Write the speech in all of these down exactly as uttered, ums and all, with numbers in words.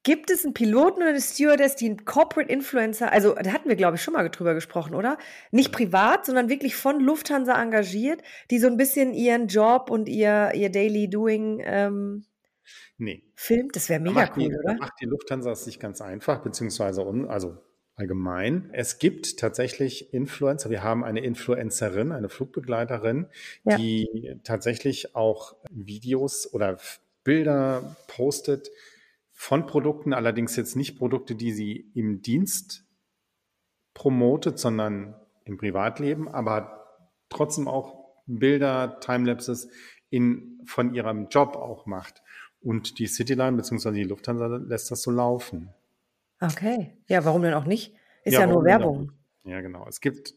Gibt es einen Piloten oder eine Stewardess, die 'n Corporate Influencer, also, da hatten wir, glaube ich, schon mal drüber gesprochen, oder? Nicht privat, sondern wirklich von Lufthansa engagiert, die so ein bisschen ihren Job und ihr ihr Daily Doing, ähm, Nee. filmt? Das wäre Da mega macht cool, die da oder? macht die Lufthansa es sich ganz einfach, beziehungsweise un also allgemein. Es gibt tatsächlich Influencer. Wir haben eine Influencerin, eine Flugbegleiterin, Ja. die tatsächlich auch Videos oder F Bilder postet von Produkten, allerdings jetzt nicht Produkte, die sie im Dienst promotet, sondern im Privatleben, aber trotzdem auch Bilder, Timelapses in von ihrem Job auch macht. Und die Cityline beziehungsweise die Lufthansa lässt das so laufen. Okay. Ja, warum denn auch nicht? Ist Ja, ja nur warum denn auch nicht? Werbung. Ja, genau. Es gibt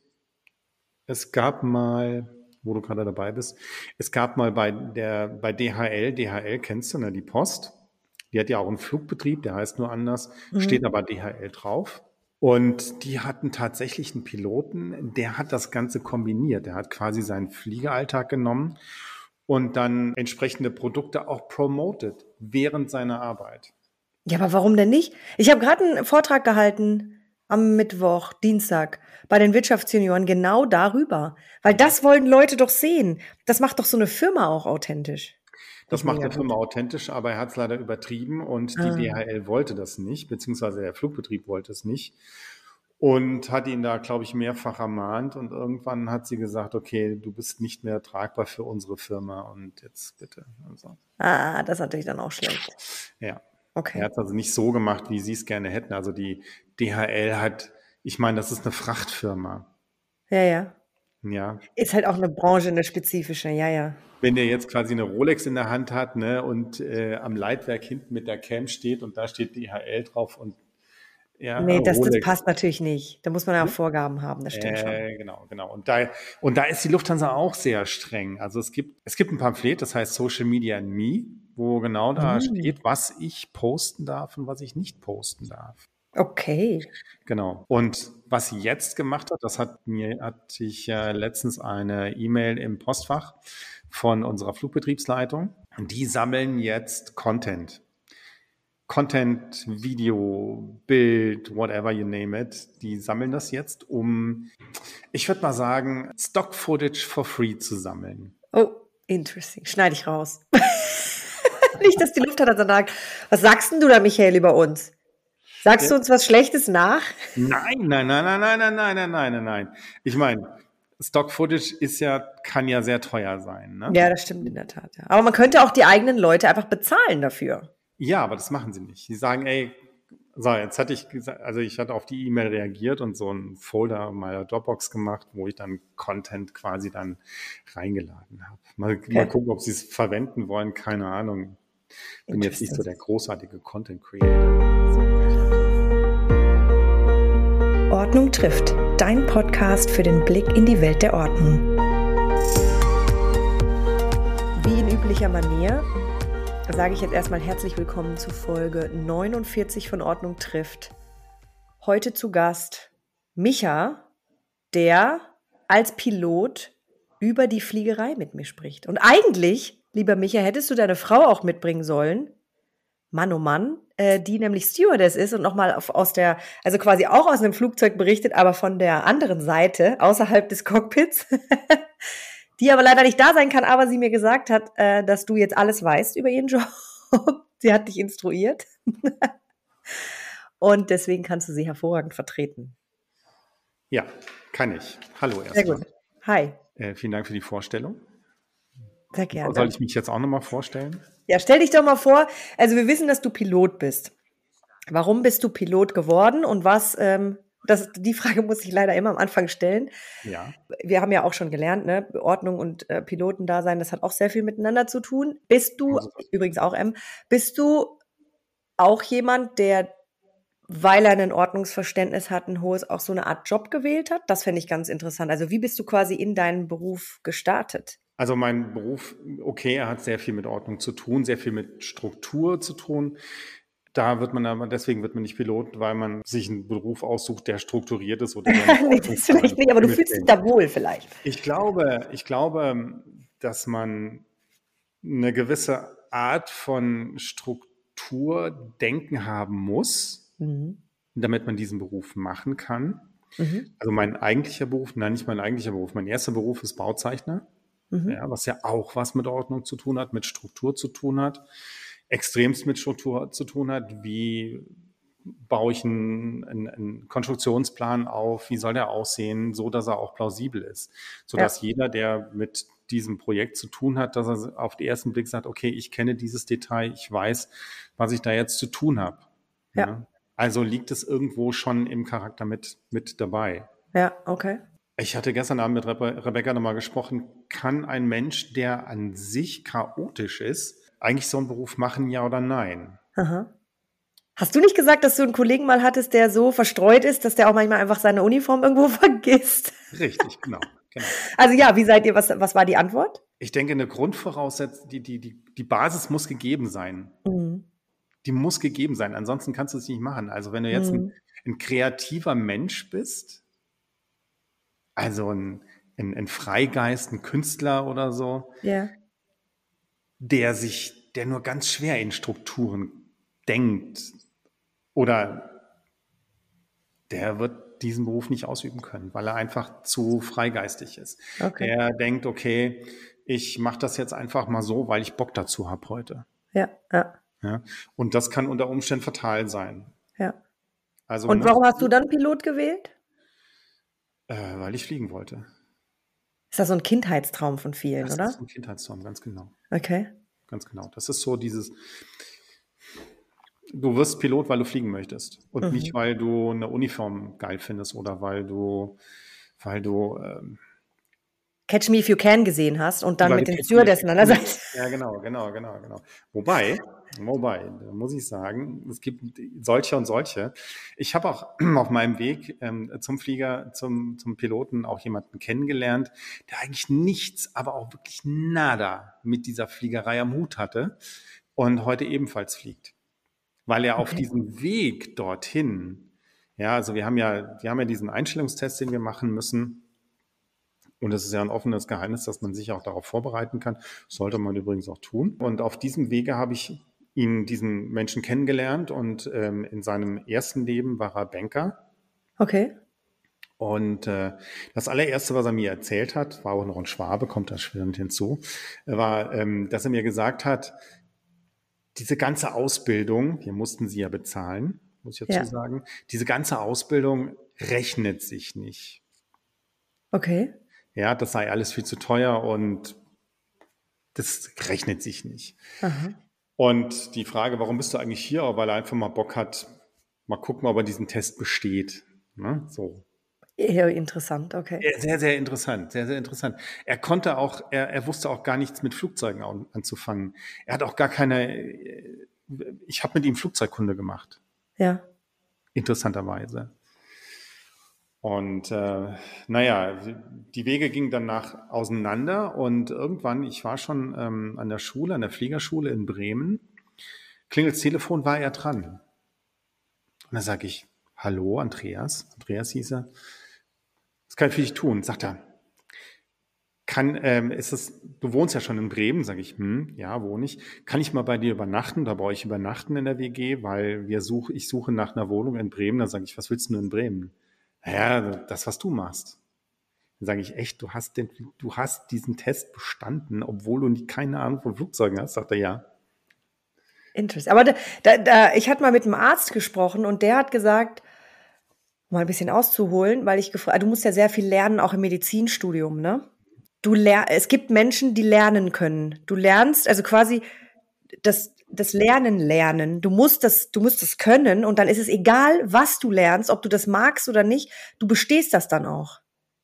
es gab mal, wo du gerade dabei bist, es gab mal bei der bei D H L, D H L kennst du, ne, die Post. Die hat ja auch einen Flugbetrieb, der heißt nur anders, steht Mhm. aber D H L drauf. Und die hatten tatsächlich einen Piloten, der hat das Ganze kombiniert. Der hat quasi seinen Fliegeralltag genommen und dann entsprechende Produkte auch promoted während seiner Arbeit. Ja, aber warum denn nicht? Ich habe gerade einen Vortrag gehalten am Mittwoch, Dienstag bei den Wirtschaftsjunioren genau darüber, weil das wollen Leute doch sehen. Das macht doch so eine Firma auch authentisch. Finde Das ich macht mega der Firma gut. authentisch, aber er hat es leider übertrieben und die Ah. D H L wollte das nicht, beziehungsweise der Flugbetrieb wollte es nicht und hat ihn da, glaube ich, mehrfach ermahnt und irgendwann hat sie gesagt, okay, du bist nicht mehr tragbar für unsere Firma und jetzt bitte. Also, Ah, das ist natürlich dann auch schlecht. ja. Er Okay. hat es also nicht so gemacht, wie sie es gerne hätten. Also die D H L hat, ich meine, das ist eine Frachtfirma. Ja, ja. Ja, Ist halt auch eine Branche, eine spezifische. Ja, ja. wenn der jetzt quasi eine Rolex in der Hand hat, ne, und äh, am Leitwerk hinten mit der Cam steht und da steht D H L drauf und ja, Ne, das das Rolex. passt natürlich nicht. Da muss man ja auch Ne? Vorgaben haben, das stimmt schon. Äh, genau, genau. Und da, und da ist die Lufthansa auch sehr streng. Also es gibt, es gibt ein Pamphlet, das heißt Social Media and Me, wo genau da Mhm. steht, was ich posten darf und was ich nicht posten darf. Okay. Genau. Und was sie jetzt gemacht hat, das hat mir, hatte ich äh, letztens eine E-Mail im Postfach von unserer Flugbetriebsleitung. Und die sammeln jetzt Content. Content, Video, Bild, whatever you name it. Die sammeln das jetzt, um, ich würde mal sagen, Stock-Footage for free zu sammeln. Oh, interesting. Schneide ich raus. Nicht, dass die Lufthansa dann sagt: „Was sagst 'n du da, Michael, über uns? Sagst du uns was Schlechtes nach?“ Nein, nein, nein, nein, nein, nein, nein, nein, nein, nein, nein. Ich meine, Stock-Footage ist ja, kann ja sehr teuer sein, ne? Ja, das stimmt in der Tat, ja. Aber man könnte auch die eigenen Leute einfach bezahlen dafür. Ja, aber das machen sie nicht. Die sagen, ey, so, jetzt hatte ich gesagt, also ich hatte auf die E-Mail reagiert und so einen Folder in meiner Dropbox gemacht, wo ich dann Content quasi dann reingeladen habe. Mal, mal Okay, gucken, ob sie es verwenden wollen, keine Ahnung. Bin jetzt nicht so interesting. der großartige Content Creator. Ordnung trifft, dein Podcast für den Blick in die Welt der Ordnung. Wie in üblicher Manier sage ich jetzt erstmal herzlich willkommen zu Folge neunundvierzig von Ordnung trifft. Heute zu Gast Micha, der als Pilot über die Fliegerei mit mir spricht. Und eigentlich, lieber Micha, hättest du deine Frau auch mitbringen sollen, Mann oh Mann, äh, die nämlich Stewardess ist und nochmal aus der, also quasi auch aus einem Flugzeug berichtet, aber von der anderen Seite, außerhalb des Cockpits, die aber leider nicht da sein kann, aber sie mir gesagt hat, äh, dass du jetzt alles weißt über ihren Job. Sie hat dich instruiert. Und deswegen kannst du sie hervorragend vertreten. Ja, kann ich. Hallo Sehr erstmal. gut. Hi. Äh, vielen Dank für die Vorstellung. Sehr Soll gerne. ich mich jetzt auch nochmal vorstellen? Ja, stell dich doch mal vor, also wir wissen, dass du Pilot bist. Warum bist du Pilot geworden und was, ähm, das, die Frage muss ich leider immer am Anfang stellen. Ja. Wir haben ja auch schon gelernt, ne, Ordnung und äh, Pilotendasein, das hat auch sehr viel miteinander zu tun. Bist du, Also, übrigens auch M, bist du auch jemand, der, weil er ein Ordnungsverständnis hat, ein hohes, auch so eine Art Job gewählt hat? Das fände ich ganz interessant. Also wie bist du quasi in deinen Beruf gestartet? Also mein Beruf, okay, er hat sehr viel mit Ordnung zu tun, sehr viel mit Struktur zu tun. Da wird man aber, deswegen wird man nicht Pilot, weil man sich einen Beruf aussucht, der strukturiert ist oder der Nee, das vielleicht nicht, aber du fühlst dich da wohl vielleicht. Ich glaube, ich glaube, dass man eine gewisse Art von Struktur Strukturdenken haben muss, Mhm. damit man diesen Beruf machen kann. Mhm. Also mein eigentlicher Beruf, nein, nicht mein eigentlicher Beruf, mein erster Beruf ist Bauzeichner, Mhm. ja, was ja auch was mit Ordnung zu tun hat, mit Struktur zu tun hat, extremst mit Struktur zu tun hat. Wie baue ich einen, einen, einen Konstruktionsplan auf? Wie soll der aussehen, so dass er auch plausibel ist, so dass Ja. jeder, der mit diesem Projekt zu tun hat, dass er auf den ersten Blick sagt, okay, ich kenne dieses Detail, ich weiß, was ich da jetzt zu tun habe. Ja. Ja? Also liegt es irgendwo schon im Charakter mit, mit dabei. Ja, okay. Ich hatte gestern Abend mit Rebe Rebecca nochmal gesprochen, kann ein Mensch, der an sich chaotisch ist, eigentlich so einen Beruf machen, ja oder nein? Aha. Hast du nicht gesagt, dass du einen Kollegen mal hattest, der so verstreut ist, dass der auch manchmal einfach seine Uniform irgendwo vergisst? Richtig, genau. genau. Also ja, wie seid ihr, was, was war die Antwort? Ich denke, eine Grundvoraussetzung, die, die, die, die Basis muss gegeben sein. Mhm. Die muss gegeben sein, ansonsten kannst du es nicht machen. Also wenn du jetzt Mhm. ein, ein kreativer Mensch bist, also ein, ein, ein Freigeist, ein Künstler oder so, Ja. der sich, der nur ganz schwer in Strukturen denkt oder der wird diesen Beruf nicht ausüben können, weil er einfach zu freigeistig ist. Okay. Der denkt, okay, ich mache das jetzt einfach mal so, weil ich Bock dazu habe heute. Ja, ja, Ja? Und das kann unter Umständen fatal sein. ja. Also Und musst warum hast du, du dann Pilot gewählt? äh, weil ich fliegen wollte. Ist das so ein Kindheitstraum von vielen, Das ist oder? ein Kindheitstraum, ganz genau. Okay. Ganz genau. Das ist so dieses, du wirst Pilot, weil du fliegen möchtest und nicht, Mhm. weil du eine Uniform geil findest oder weil du, weil du, ähm, Catch Me If You Can gesehen hast und dann weil mit du den Catch Me If Stewardessen You an der Can. Seite. Ja, genau, genau, genau, genau. Wobei, wobei, da muss ich sagen, es gibt solche und solche. Ich habe auch auf meinem Weg ähm, zum Flieger, zum, zum Piloten auch jemanden kennengelernt, der eigentlich nichts, aber auch wirklich nada mit dieser Fliegerei am Hut hatte und heute ebenfalls fliegt. Weil er auf Okay. diesem Weg dorthin, ja, also wir haben ja, wir haben ja diesen Einstellungstest, den wir machen müssen. Und es ist ja ein offenes Geheimnis, dass man sich auch darauf vorbereiten kann. Sollte man übrigens auch tun. Und auf diesem Wege habe ich ihn, diesen Menschen kennengelernt. Und ähm, in seinem ersten Leben war er Banker. Okay. Und äh, das allererste, was er mir erzählt hat, war auch noch ein Schwabe, kommt da schwirrend hinzu, war, ähm, dass er mir gesagt hat, diese ganze Ausbildung, wir mussten sie ja bezahlen, muss ich dazu Ja. sagen, diese ganze Ausbildung rechnet sich nicht. Okay. Ja, das sei alles viel zu teuer und das rechnet sich nicht. Aha. Und die Frage, warum bist du eigentlich hier? Weil er einfach mal Bock hat, mal gucken, ob er diesen Test besteht. Ne? So. Eher interessant, okay. Sehr, sehr interessant, sehr, sehr interessant. Er konnte auch, er, er wusste auch gar nichts mit Flugzeugen an- anzufangen. Er hat auch gar keine, ich habe mit ihm Flugzeugkunde gemacht, Ja. interessanterweise. Und äh, naja, die Wege gingen danach auseinander und irgendwann, ich war schon ähm, an der Schule, an der Fliegerschule in Bremen, klingelt das Telefon, war er dran. Und dann sage ich, hallo Andreas, Andreas hieß er, was kann ich für dich tun? Sagt er, kann, ähm, ist es, du wohnst ja schon in Bremen, sage ich, hm, ja, wohne ich. Kann ich mal bei dir übernachten? Da brauche ich übernachten in der W G, weil wir such, ich suche nach einer Wohnung in Bremen. Da sage ich, was willst du denn in Bremen? Naja, das, was du machst. Dann sage ich, echt, du hast, den, du hast diesen Test bestanden, obwohl du nie, keine Ahnung von Flugzeugen hast? Sagt er, ja. Interessant. Aber da, da, da, ich hatte mal mit einem Arzt gesprochen und der hat gesagt, um mal ein bisschen auszuholen, weil ich gefragt, du musst ja sehr viel lernen, auch im Medizinstudium, ne? Du ler es gibt Menschen, die lernen können. Du lernst, also quasi das, das Lernen lernen. Du musst das, du musst das können und dann ist es egal, was du lernst, ob du das magst oder nicht, du bestehst das dann auch.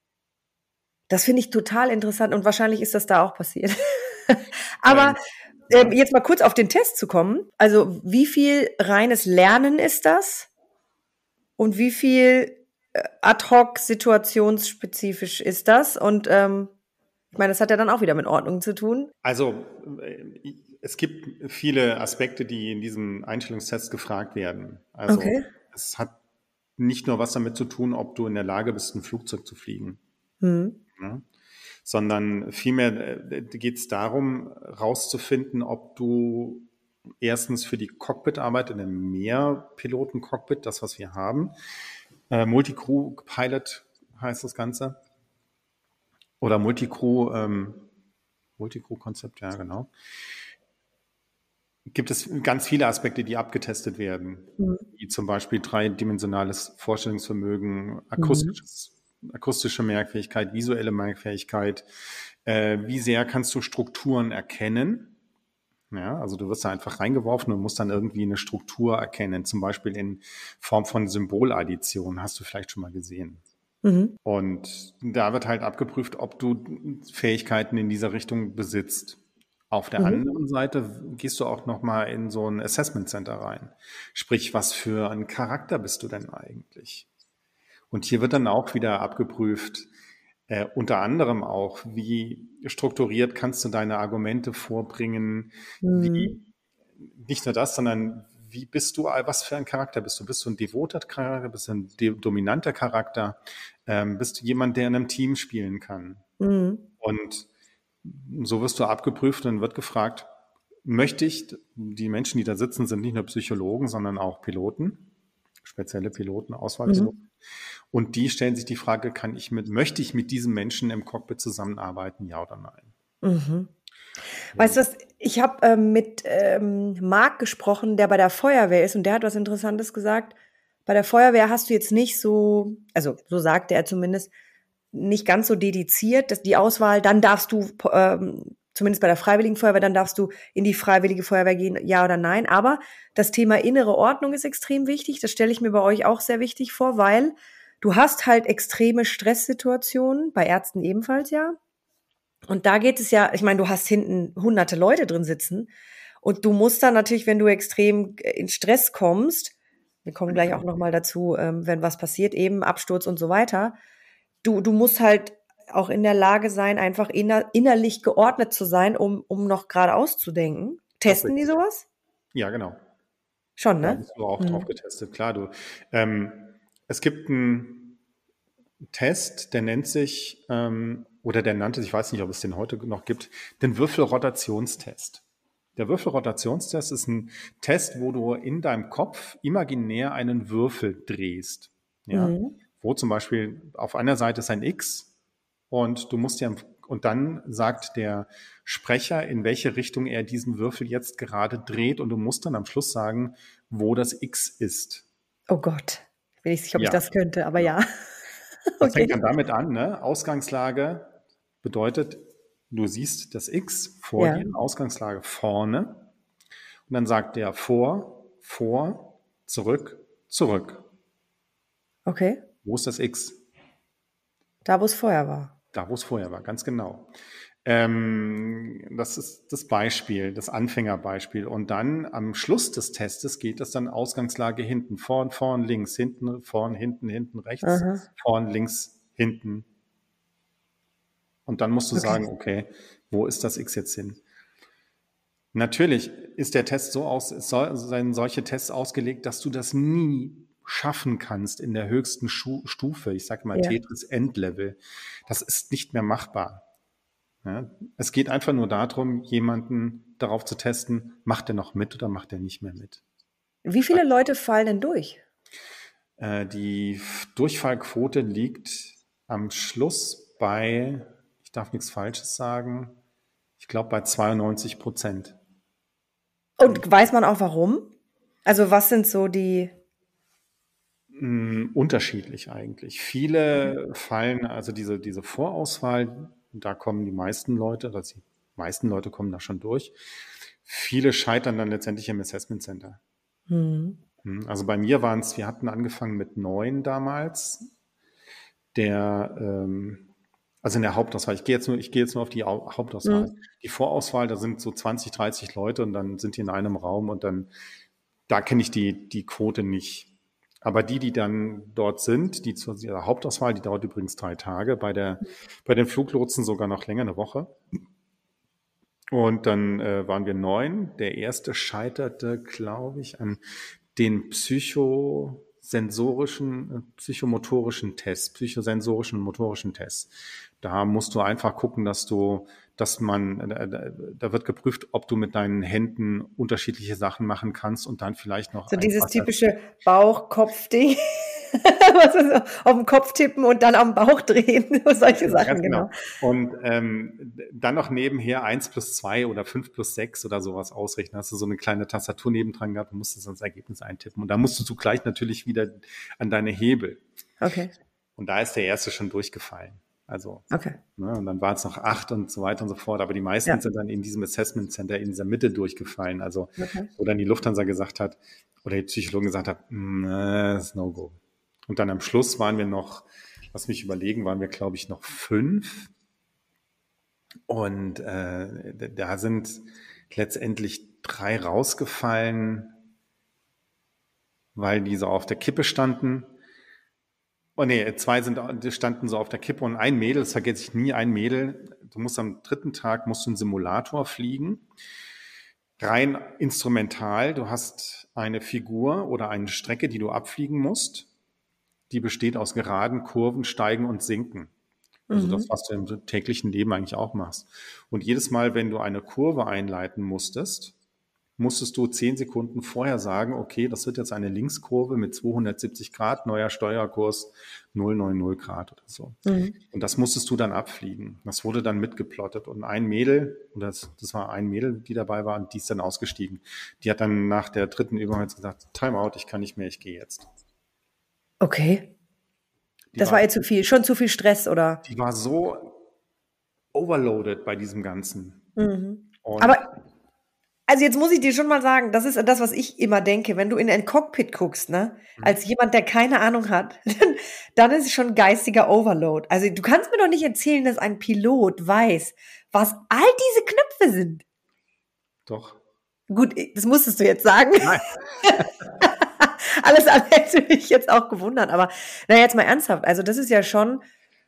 Das finde ich total interessant und wahrscheinlich ist das da auch passiert. Aber Ähm, ähm, jetzt mal kurz auf den Test zu kommen. Also wie viel reines Lernen ist das? Und wie viel äh, ad-hoc situationsspezifisch ist das? Und ähm, ich meine, das hat ja dann auch wieder mit Ordnung zu tun. Also äh, es gibt viele Aspekte, die in diesem Einstellungstest gefragt werden. Also Okay. es hat nicht nur was damit zu tun, ob du in der Lage bist, ein Flugzeug zu fliegen, Hm. ne? Sondern vielmehr äh, geht es darum, rauszufinden, ob du Erstens für die Cockpit-Arbeit in einem Mehrpiloten-Cockpit, das, was wir haben. Äh, Multicrew-Pilot heißt das Ganze. Oder Multicrew, ähm, Multicrew-Konzept, ja, genau. Gibt es ganz viele Aspekte, die abgetestet werden, Mhm. wie zum Beispiel dreidimensionales Vorstellungsvermögen, Mhm. akustisches, akustische Merkfähigkeit, visuelle Merkfähigkeit. Äh, wie sehr kannst du Strukturen erkennen? Ja, also du wirst da einfach reingeworfen und musst dann irgendwie eine Struktur erkennen, zum Beispiel in Form von Symboladdition, hast du vielleicht schon mal gesehen. Mhm. Und da wird halt abgeprüft, ob du Fähigkeiten in dieser Richtung besitzt. Auf der Mhm. anderen Seite gehst du auch noch mal in so ein Assessment Center rein. Sprich, was für ein Charakter bist du denn eigentlich? Und hier wird dann auch wieder abgeprüft, äh, unter anderem auch, wie strukturiert kannst du deine Argumente vorbringen, Mhm. wie nicht nur das, sondern wie bist du, was für ein Charakter bist du? Bist du ein devoter Charakter? Bist du ein de- dominanter Charakter? Ähm, bist du jemand, der in einem Team spielen kann? Mhm. Und so wirst du abgeprüft und wird gefragt, möchte ich, die Menschen, die da sitzen, sind nicht nur Psychologen, sondern auch Piloten, spezielle Piloten, Mhm. Auswahlpiloten. Und die stellen sich die Frage, kann ich mit, möchte ich mit diesen Menschen im Cockpit zusammenarbeiten, ja oder nein? Mhm. Weißt Und du was, ich habe ähm, mit ähm, Marc gesprochen, der bei der Feuerwehr ist und der hat was Interessantes gesagt. Bei der Feuerwehr hast du jetzt nicht so, also so sagte er zumindest, nicht ganz so dediziert, dass die Auswahl, dann darfst du, ähm, zumindest bei der Freiwilligen Feuerwehr, dann darfst du in die Freiwillige Feuerwehr gehen, ja oder nein. Aber das Thema innere Ordnung ist extrem wichtig. Das stelle ich mir bei euch auch sehr wichtig vor, weil du hast halt extreme Stresssituationen, bei Ärzten ebenfalls ja. Und da geht es ja, ich meine, du hast hinten hunderte Leute drin sitzen und du musst dann natürlich, wenn du extrem in Stress kommst, wir kommen gleich auch nochmal dazu, ähm, wenn was passiert, eben Absturz und so weiter, du, du musst halt auch in der Lage sein, einfach inner, innerlich geordnet zu sein, um, um noch geradeaus zu denken. das ist Testen die richtig. sowas? Ja, genau. Schon, Da ne? bist du auch drauf Hm. getestet. Klar, du. Ähm, es gibt einen Test, der nennt sich, ähm, oder der nannte sich, ich weiß nicht, ob es den heute noch gibt, den Würfelrotationstest. Der Würfelrotationstest ist ein Test, wo du in deinem Kopf imaginär einen Würfel drehst. Ja? Mhm. Wo zum Beispiel auf einer Seite ist ein X und du musst ja, und dann sagt der Sprecher, in welche Richtung er diesen Würfel jetzt gerade dreht und du musst dann am Schluss sagen, wo das X ist. Oh Gott. Ich bin nicht sicher, ob ich Ja, das könnte, aber genau. ja. Das fängt dann Okay. damit an, ne? Ausgangslage bedeutet, du siehst das X vor Ja. dir, Ausgangslage vorne. Und dann sagt der vor, vor, zurück, zurück. Okay. Wo ist das X? Da, wo es vorher war. Da, wo es vorher war, ganz genau. Ähm, das ist das Beispiel, das Anfängerbeispiel. Und dann am Schluss des Testes geht es dann Ausgangslage hinten, vorn, vorn, links, hinten, vorn, hinten, hinten, rechts, Aha. vorn, links, hinten. Und dann musst du Okay. sagen, okay, wo ist das X jetzt hin? Natürlich ist der Test so aus, es soll, seien solche Tests ausgelegt, dass du das nie schaffen kannst in der höchsten Schu Stufe. Ich sage mal Ja. Tetris Endlevel. Das ist nicht mehr machbar. Ja? Es geht einfach nur darum, jemanden darauf zu testen, macht er noch mit oder macht er nicht mehr mit. Wie viele Leute fallen denn durch? Äh, die Durchfallquote liegt am Schluss bei, ich darf nichts Falsches sagen, ich glaube bei zweiundneunzig Prozent. Und weiß man auch warum? Also was sind so die. Mm, Unterschiedlich eigentlich. Viele fallen, also diese, diese Vorauswahl, da kommen die meisten Leute, also die meisten Leute kommen da schon durch. Viele scheitern dann letztendlich im Assessment Center. Hm. Hm, Also bei mir waren es, wir hatten angefangen mit neun damals. Der, ähm, also in der Hauptauswahl, ich gehe jetzt nur, ich gehe jetzt nur auf die Au- Hauptauswahl. Hm. Die Vorauswahl, da sind so zwanzig, dreißig Leute und dann sind die in einem Raum und dann, da kenne ich die, die Quote nicht. Aber die, die dann dort sind, die zur ihrer Hauptauswahl, die dauert übrigens drei Tage, bei der, bei den Fluglotsen sogar noch länger, eine Woche. Und dann äh, waren wir neun. Der erste scheiterte, glaube ich, an den Psycho sensorischen, äh, psychomotorischen Tests, psychosensorischen und motorischen Tests. Da musst du einfach gucken, dass du, dass man, äh, da wird geprüft, ob du mit deinen Händen unterschiedliche Sachen machen kannst und dann vielleicht noch So dieses einfach das, typische Bauch-Kopf-Ding. Was ist so, auf den Kopf tippen und dann am Bauch drehen. Solche ganz Sachen, genau. genau. Und ähm, dann noch nebenher eins plus zwei oder fünf plus sechs oder sowas ausrechnen. Hast du so eine kleine Tastatur nebendran gehabt und musstest dann das Ergebnis eintippen. Und da musst du zugleich natürlich wieder an deine Hebel. Okay, Und da ist der erste schon durchgefallen. Also, okay. ne, und dann waren es noch acht und so weiter und so fort. Aber die meisten Ja, sind dann in diesem Assessment Center in dieser Mitte durchgefallen. Also, okay. wo dann die Lufthansa gesagt hat, oder die Psychologen gesagt hat, "Mm, äh, das ist No-Go." Und dann am Schluss waren wir noch, lass mich überlegen, waren wir, glaube ich, noch fünf. Und äh, da da sind letztendlich drei rausgefallen, weil die so auf der Kippe standen. Oh nee, zwei sind, die standen so auf der Kippe und ein Mädel, das vergesse ich nie, ein Mädel, du musst am dritten Tag musst du einen Simulator fliegen, rein instrumental. Du hast eine Figur oder eine Strecke, die du abfliegen musst. Die besteht aus Geraden, Kurven, Steigen und Sinken. Also das, Mhm. was du im täglichen Leben eigentlich auch machst. Und jedes Mal, wenn du eine Kurve einleiten musstest, musstest du zehn Sekunden vorher sagen, okay, das wird jetzt eine Linkskurve mit zweihundertsiebzig Grad, neuer Steuerkurs null Komma neunzig Grad oder so. Mhm. Und das musstest du dann abfliegen. Das wurde dann mitgeplottet. Und ein Mädel, und das, das war ein Mädel, die dabei war, und die ist dann ausgestiegen. Die hat dann nach der dritten Übung jetzt gesagt, Time out, ich kann nicht mehr, ich gehe jetzt. Okay. Die Das war, war ihr zu viel, schon zu viel Stress, oder? die war so overloaded bei diesem Ganzen. Mhm. Und Aber, also jetzt muss ich dir schon mal sagen, das ist das, was ich immer denke, wenn du in ein Cockpit guckst, ne, als jemand, der keine Ahnung hat, dann, dann ist es schon geistiger Overload. Also du kannst mir doch nicht erzählen, dass ein Pilot weiß, was all diese Knöpfe sind. doch. Gut, das musstest du jetzt sagen. Nein. Alles andere hätte mich jetzt auch gewundert. Aber na jetzt mal ernsthaft. Also das ist ja schon,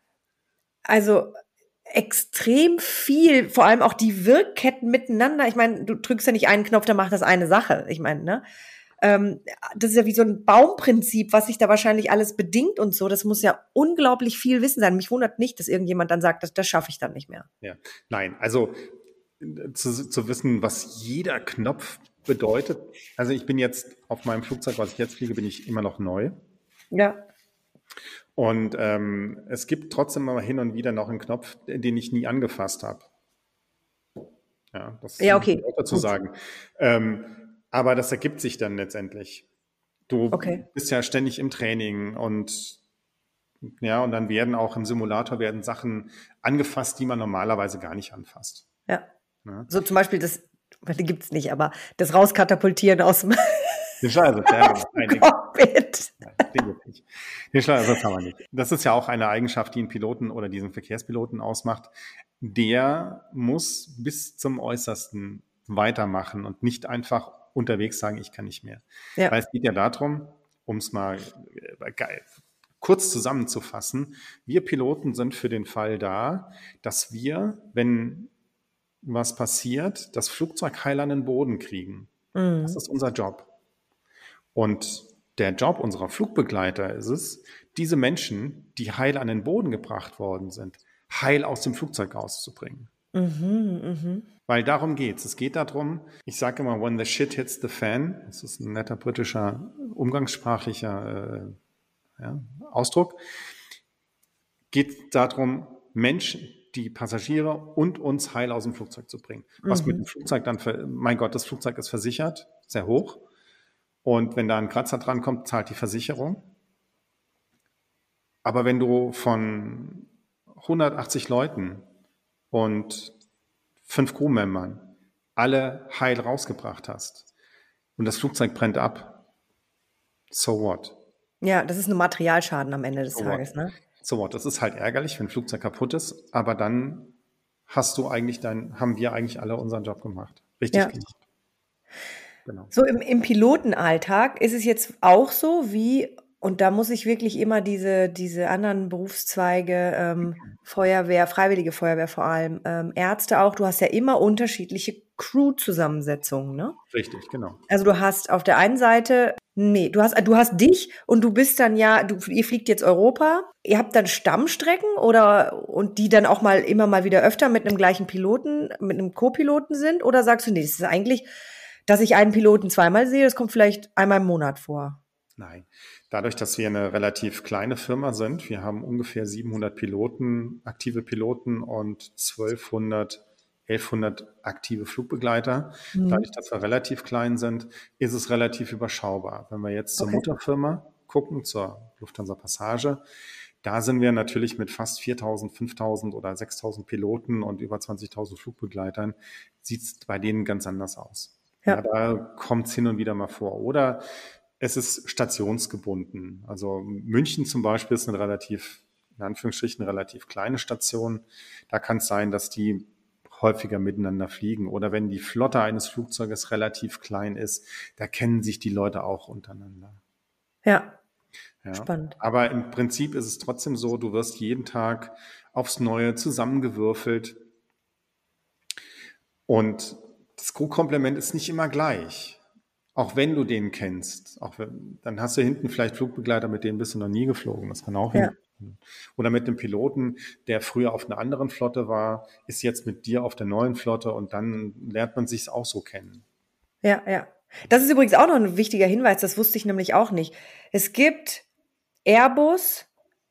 also extrem viel, vor allem auch die Wirkketten miteinander. Ich meine, du drückst ja nicht einen Knopf, dann macht das eine Sache. Ich meine, ne? Ähm, das ist ja wie so ein Baumprinzip, was sich da wahrscheinlich alles bedingt und so. Das muss ja unglaublich viel Wissen sein. Mich wundert nicht, dass irgendjemand dann sagt, das, das schaffe ich dann nicht mehr. Ja, nein, also äh, zu, zu wissen, was jeder Knopf bedeutet. Also ich bin jetzt auf meinem Flugzeug, was ich jetzt fliege, bin ich immer noch neu. Ja. Und ähm, es gibt trotzdem aber hin und wieder noch einen Knopf, den ich nie angefasst habe. Ja, das Ja, muss ich okay. auch dazu Gut. sagen. Ähm, aber das ergibt sich dann letztendlich. Du Okay. bist ja ständig im Training und ja, und dann werden auch im Simulator werden Sachen angefasst, die man normalerweise gar nicht anfasst. Ja. Ja. So zum Beispiel das, die gibt's nicht, aber das Rauskatapultieren aus dem Den Schleifer, ja, genau. Nein, den, Cockpit. nein, den gibt's nicht. Den Schleifer, das haben wir nicht. Das ist ja auch eine Eigenschaft, die einen Piloten oder diesen Verkehrspiloten ausmacht. Der muss bis zum Äußersten weitermachen und nicht einfach unterwegs sagen, ich kann nicht mehr. Ja. Weil es geht ja darum, um es mal äh, geil, kurz zusammenzufassen, wir Piloten sind für den Fall da, dass wir, wenn was passiert, das Flugzeug heil an den Boden kriegen. Mhm. Das ist unser Job. Und der Job unserer Flugbegleiter ist es, diese Menschen, die heil an den Boden gebracht worden sind, heil aus dem Flugzeug rauszubringen. Mhm, mhm. Weil darum geht's. Es geht darum, ich sage immer, when the shit hits the fan, das ist ein netter britischer, umgangssprachlicher äh, ja, Ausdruck, geht darum, Menschen, die Passagiere und uns heil aus dem Flugzeug zu bringen. Was Mhm. mit dem Flugzeug dann, für, mein Gott, das Flugzeug ist versichert, sehr hoch. Und wenn da ein Kratzer dran kommt, zahlt die Versicherung. Aber wenn du von hundertachtzig Leuten und fünf Crewmembern alle heil rausgebracht hast und das Flugzeug brennt ab, so what? Ja, das ist ein Materialschaden am Ende des So Tages, what? ne? So what? Das ist halt ärgerlich, wenn ein Flugzeug kaputt ist, aber dann hast du eigentlich dein, haben wir eigentlich alle unseren Job gemacht. Richtig Ja. gemacht. Genau. So im, im Pilotenalltag ist es jetzt auch so wie, und da muss ich wirklich immer diese, diese anderen Berufszweige, ähm, Feuerwehr, Freiwillige Feuerwehr vor allem, ähm, Ärzte auch, du hast ja immer unterschiedliche Crew-Zusammensetzung, ne? Richtig, genau. Also du hast auf der einen Seite, nee, du hast, du hast dich und du bist dann ja, du, ihr fliegt jetzt Europa. Ihr habt dann Stammstrecken oder und die dann auch mal immer mal wieder öfter mit einem gleichen Piloten, mit einem Co-Piloten sind? Oder sagst du, nee, das ist eigentlich, dass ich einen Piloten zweimal sehe, das kommt vielleicht einmal im Monat vor? Nein. Dadurch, dass wir eine relativ kleine Firma sind, wir haben ungefähr siebenhundert Piloten, aktive Piloten und zwölfhundert, elfhundert aktive Flugbegleiter. Dadurch, Mhm. dass wir relativ klein sind, ist es relativ überschaubar. Wenn wir jetzt zur Okay. Mutterfirma gucken, zur Lufthansa Passage, da sind wir natürlich mit fast viertausend, fünftausend oder sechstausend Piloten und über zwanzigtausend Flugbegleitern, sieht es bei denen ganz anders aus. Ja, Ja. da kommt es hin und wieder mal vor. Oder es ist stationsgebunden. Also München zum Beispiel ist eine relativ, in Anführungsstrichen, relativ kleine Station. Da kann es sein, dass die häufiger miteinander fliegen. Oder wenn die Flotte eines Flugzeuges relativ klein ist, da kennen sich die Leute auch untereinander. Ja, Ja. spannend. Aber im Prinzip ist es trotzdem so, du wirst jeden Tag aufs Neue zusammengewürfelt. Und das Crew-Komplement ist nicht immer gleich. Auch wenn du den kennst, auch wenn, dann hast du hinten vielleicht Flugbegleiter, mit denen bist du noch nie geflogen. Das kann auch Ja. hin. Oder mit dem Piloten, der früher auf einer anderen Flotte war, ist jetzt mit dir auf der neuen Flotte und dann lernt man sich auch so kennen. Ja, ja. Das ist übrigens auch noch ein wichtiger Hinweis, das wusste ich nämlich auch nicht. Es gibt Airbus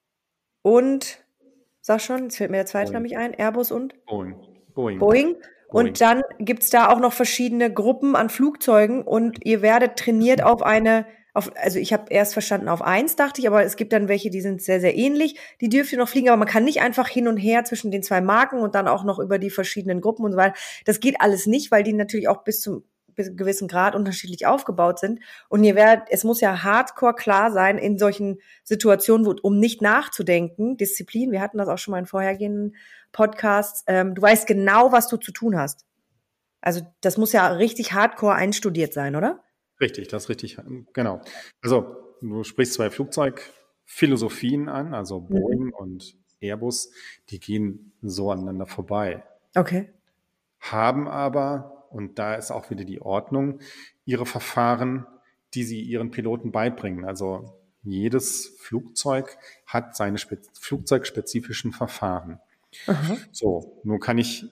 und, sag schon, jetzt fällt mir der zweite Boeing. nämlich ein, Airbus und Boeing. Boeing. Boeing. Boeing. Und dann gibt's da auch noch verschiedene Gruppen an Flugzeugen und ihr werdet trainiert auf eine, auf, also ich habe erst verstanden auf eins, dachte ich, aber es gibt dann welche, die sind sehr, sehr ähnlich. Die dürft ihr noch fliegen, aber man kann nicht einfach hin und her zwischen den zwei Marken und dann auch noch über die verschiedenen Gruppen und so weiter. Das geht alles nicht, weil die natürlich auch bis zum bis zu einem gewissen Grad unterschiedlich aufgebaut sind. Und ihr werdet, es muss ja hardcore klar sein in solchen Situationen, wo, um nicht nachzudenken, Disziplin, wir hatten das auch schon mal in vorhergehenden Podcasts, ähm, du weißt genau, was du zu tun hast. Also das muss ja richtig hardcore einstudiert sein, oder? Richtig, das ist richtig, genau. Also du sprichst zwei Flugzeugphilosophien an, also Boeing Mhm. und Airbus, die gehen so aneinander vorbei, Okay. haben aber, und da ist auch wieder die Ordnung, ihre Verfahren, die sie ihren Piloten beibringen. Also jedes Flugzeug hat seine spe- flugzeugspezifischen Verfahren. Aha. So, nun kann ich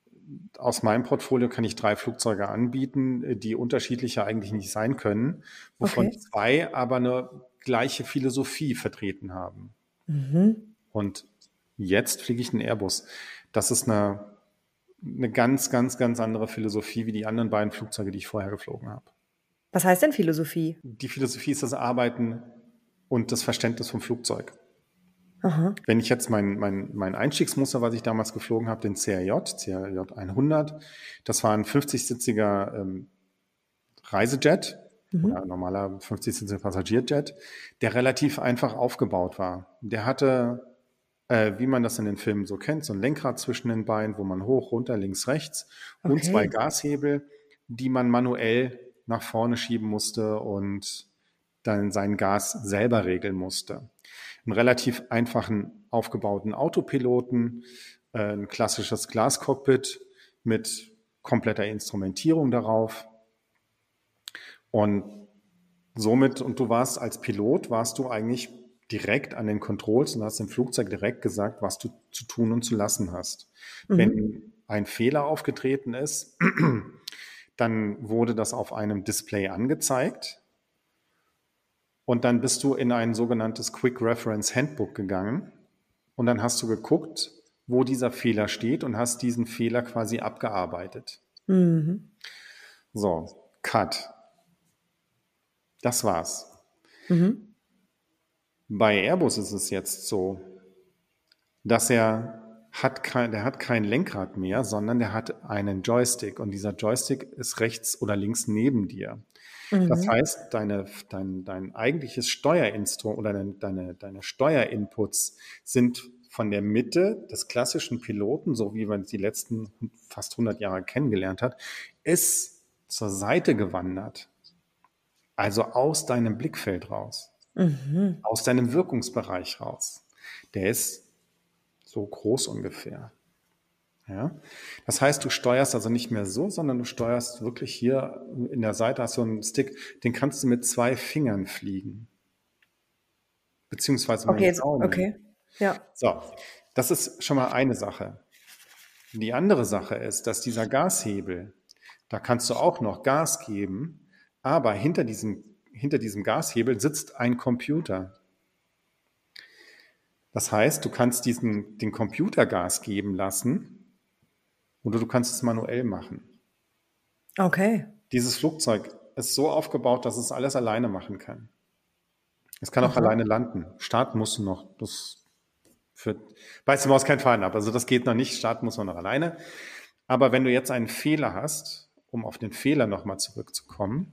aus meinem Portfolio kann ich drei Flugzeuge anbieten, die unterschiedlicher eigentlich nicht sein können, wovon Okay. zwei aber eine gleiche Philosophie vertreten haben. Mhm. Und jetzt fliege ich einen Airbus. Das ist eine, eine ganz, ganz, ganz andere Philosophie wie die anderen beiden Flugzeuge, die ich vorher geflogen habe. Was heißt denn Philosophie? Die Philosophie ist das Arbeiten und das Verständnis vom Flugzeug. Aha. Wenn ich jetzt mein, mein, mein Einstiegsmuster, was ich damals geflogen habe, den C R J, C R J hundert, das war ein fünfzig-sitziger ähm, Reisejet oder Mhm. normaler fünfzig-sitziger Passagierjet, der relativ einfach aufgebaut war. Der hatte, äh, wie man das in den Filmen so kennt, so ein Lenkrad zwischen den Beinen, wo man hoch, runter, links, rechts und zwei Okay. Gashebel, die man manuell nach vorne schieben musste und dann sein Gas selber regeln musste. Einen relativ einfachen aufgebauten Autopiloten, äh, ein klassisches Glascockpit mit kompletter Instrumentierung darauf. Und somit, und du warst als Pilot, warst du eigentlich direkt an den Controls und hast dem Flugzeug direkt gesagt, was du zu tun und zu lassen hast. Mhm. Wenn ein Fehler aufgetreten ist, dann wurde das auf einem Display angezeigt. Und dann bist du in ein sogenanntes Quick Reference Handbook gegangen und dann hast du geguckt, wo dieser Fehler steht und hast diesen Fehler quasi abgearbeitet. Mhm. So, Cut. Das war's. Mhm. Bei Airbus ist es jetzt so, dass er hat kein, der hat kein Lenkrad mehr, sondern der hat einen Joystick und dieser Joystick ist rechts oder links neben dir. Das Mhm. heißt, deine, dein, dein eigentliches Steuerinstrument oder deine, deine, deine Steuerinputs sind von der Mitte des klassischen Piloten, so wie man es die letzten fast hundert Jahre kennengelernt hat, ist zur Seite gewandert. Also aus deinem Blickfeld raus, Mhm. aus deinem Wirkungsbereich raus. Der ist so groß ungefähr. Ja? Das heißt, du steuerst also nicht mehr so, sondern du steuerst wirklich hier in der Seite hast du einen Stick, den kannst du mit zwei Fingern fliegen, beziehungsweise mit Okay, dem jetzt, Daumen. okay. Ja. So, das ist schon mal eine Sache. Die andere Sache ist, dass dieser Gashebel, da kannst du auch noch Gas geben, aber hinter diesem, hinter diesem Gashebel sitzt ein Computer. Das heißt, du kannst diesen, den Computer Gas geben lassen oder du kannst es manuell machen. Okay. Dieses Flugzeug ist so aufgebaut, dass es alles alleine machen kann. Es kann auch Aha. alleine landen. Starten musst du noch. Das für, beißt die Maus keinen Faden ab. Also das geht noch nicht. Starten muss man noch alleine. Aber wenn du jetzt einen Fehler hast, um auf den Fehler nochmal zurückzukommen,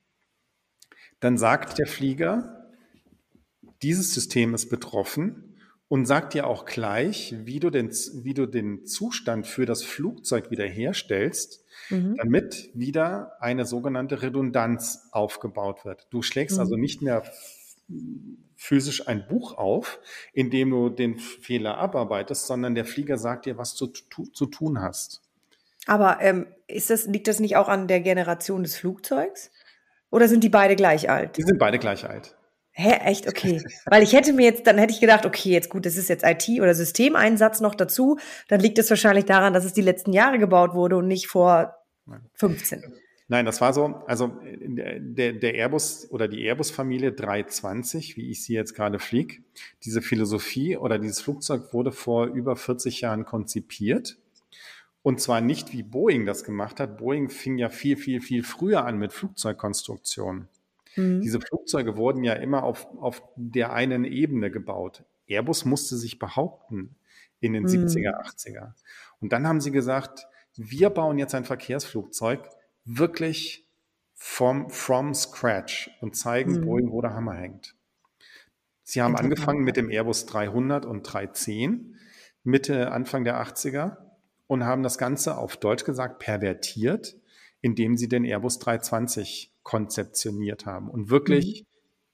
dann sagt der Flieger, dieses System ist betroffen und sagt dir auch gleich, wie du den, wie du den Zustand für das Flugzeug wiederherstellst, Mhm. damit wieder eine sogenannte Redundanz aufgebaut wird. Du schlägst Mhm. also nicht mehr physisch ein Buch auf, in dem du den Fehler abarbeitest, sondern der Flieger sagt dir, was du tu, zu tun hast. Aber ähm, ist das, liegt das nicht auch an der Generation des Flugzeugs? Oder sind die beide gleich alt? Die sind beide gleich alt. Hä, echt? Okay. Weil ich hätte mir jetzt, dann hätte ich gedacht, okay, jetzt gut, das ist jetzt I T oder Systemeinsatz noch dazu. Dann liegt es wahrscheinlich daran, dass es die letzten Jahre gebaut wurde und nicht vor fünfzehn. Nein, das war so, also der, der Airbus oder die Airbus-Familie dreihundertzwanzig, wie ich sie jetzt gerade fliege, diese Philosophie oder dieses Flugzeug wurde vor über vierzig Jahren konzipiert. Und zwar nicht, wie Boeing das gemacht hat. Boeing fing ja viel, viel, viel früher an mit Flugzeugkonstruktion. Mhm. Diese Flugzeuge wurden ja immer auf, auf der einen Ebene gebaut. Airbus musste sich behaupten in den Mhm. siebziger, achtziger. Und dann haben sie gesagt, wir bauen jetzt ein Verkehrsflugzeug wirklich from, from scratch und zeigen Mhm. Boeing, wo der Hammer hängt. Sie haben Interessant. angefangen mit dem Airbus dreihundert und dreihundertzehn, Mitte, Anfang der achtziger und haben das Ganze auf Deutsch gesagt pervertiert, indem sie den Airbus dreihundertzwanzig konzeptioniert haben. Und wirklich,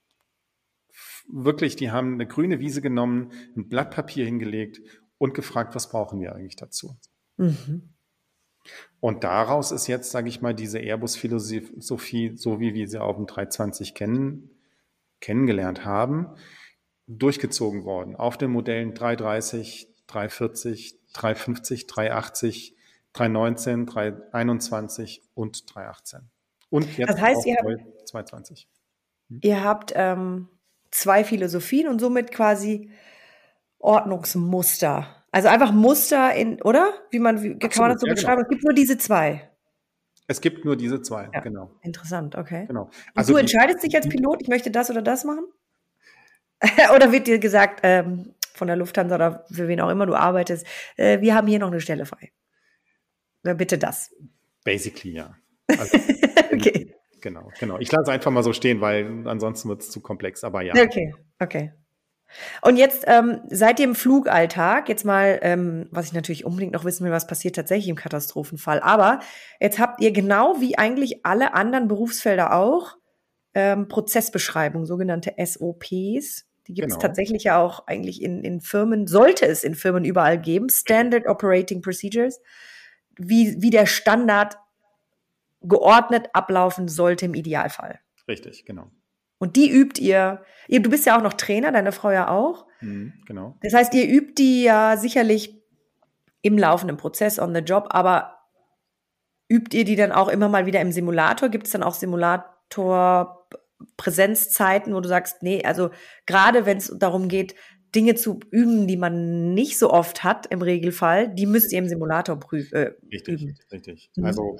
Mhm. wirklich, die haben eine grüne Wiese genommen, ein Blatt Papier hingelegt und gefragt, was brauchen wir eigentlich dazu? Mhm. Und daraus ist jetzt, sage ich mal, diese Airbus-Philosophie, so wie wir sie auf dem dreihundertzwanzig kennen, kennengelernt haben, durchgezogen worden. Auf den Modellen dreihundertdreißig, dreihundertvierzig, dreihundertfünfzig, dreihundertachtzig, dreihundertneunzehn, dreihunderteinundzwanzig und dreihundertachtzehn. Und jetzt Das heißt, auch ihr habt, neu zweihundertzwanzig. ihr habt ähm, zwei Philosophien und somit quasi Ordnungsmuster. Also einfach Muster in, oder? Wie man, wie, kann man das so Absolut, ja, beschreiben? genau. Es gibt nur diese zwei. Es gibt nur diese zwei, Ja, genau. interessant, okay. genau. Und Also du die, entscheidest dich als die, Pilot, ich möchte das oder das machen? Oder wird dir gesagt, ähm, von der Lufthansa oder für wen auch immer du arbeitest, äh, wir haben hier noch eine Stelle frei. Oder bitte das. basically, ja. Also, Okay. genau, genau. Ich lasse es einfach mal so stehen, weil ansonsten wird es zu komplex, aber ja. Okay, okay. Und jetzt ähm, seid ihr im Flugalltag, jetzt mal, ähm, was ich natürlich unbedingt noch wissen will, was passiert tatsächlich im Katastrophenfall, aber jetzt habt ihr genau wie eigentlich alle anderen Berufsfelder auch ähm, Prozessbeschreibungen, sogenannte S O Ps. Die gibt es Genau. tatsächlich ja auch eigentlich in, in Firmen, sollte es in Firmen überall geben, Standard Operating Procedures, wie, wie der Standard geordnet ablaufen sollte im Idealfall. Richtig, genau. Und die übt ihr, ihr, du bist ja auch noch Trainer, deine Frau ja auch. Mhm, genau. Das heißt, ihr übt die ja sicherlich im laufenden Prozess on the job, aber übt ihr die dann auch immer mal wieder im Simulator? Gibt es dann auch Simulator-Präsenzzeiten, wo du sagst, nee, also gerade wenn es darum geht, Dinge zu üben, die man nicht so oft hat im Regelfall, die müsst ihr im Simulator prüfen, äh, Richtig, üben. richtig. Mhm. Also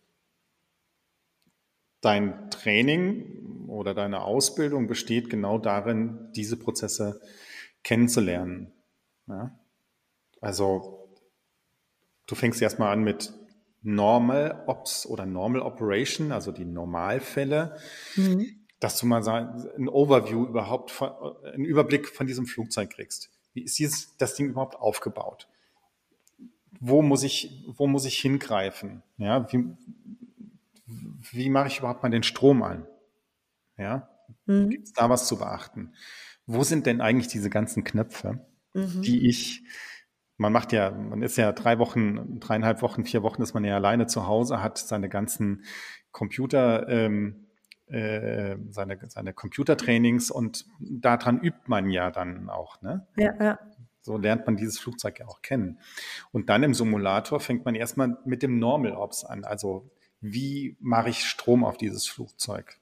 dein Training oder deine Ausbildung besteht genau darin, diese Prozesse kennenzulernen. Ja? Also du fängst erstmal an mit Normal Ops oder Normal Operation, also die Normalfälle, Mhm. dass du mal ein Overview überhaupt, von, einen Überblick von diesem Flugzeug kriegst. Wie ist dieses, das Ding überhaupt aufgebaut? Wo muss ich, wo muss ich hingreifen? Ja, wie, wie mache ich überhaupt mal den Strom an? Ja, Mhm. gibt es da was zu beachten? Wo sind denn eigentlich diese ganzen Knöpfe, Mhm. die ich Man macht ja, man ist ja drei Wochen, dreieinhalb Wochen, vier Wochen ist man ja alleine zu Hause, hat seine ganzen Computer, ähm, äh, seine, seine Computertrainings und daran übt man ja dann auch, ne? Ja, ja. So lernt man dieses Flugzeug ja auch kennen. Und dann im Simulator fängt man erstmal mit dem Normal Ops an. Also wie mache ich Strom auf dieses Flugzeug?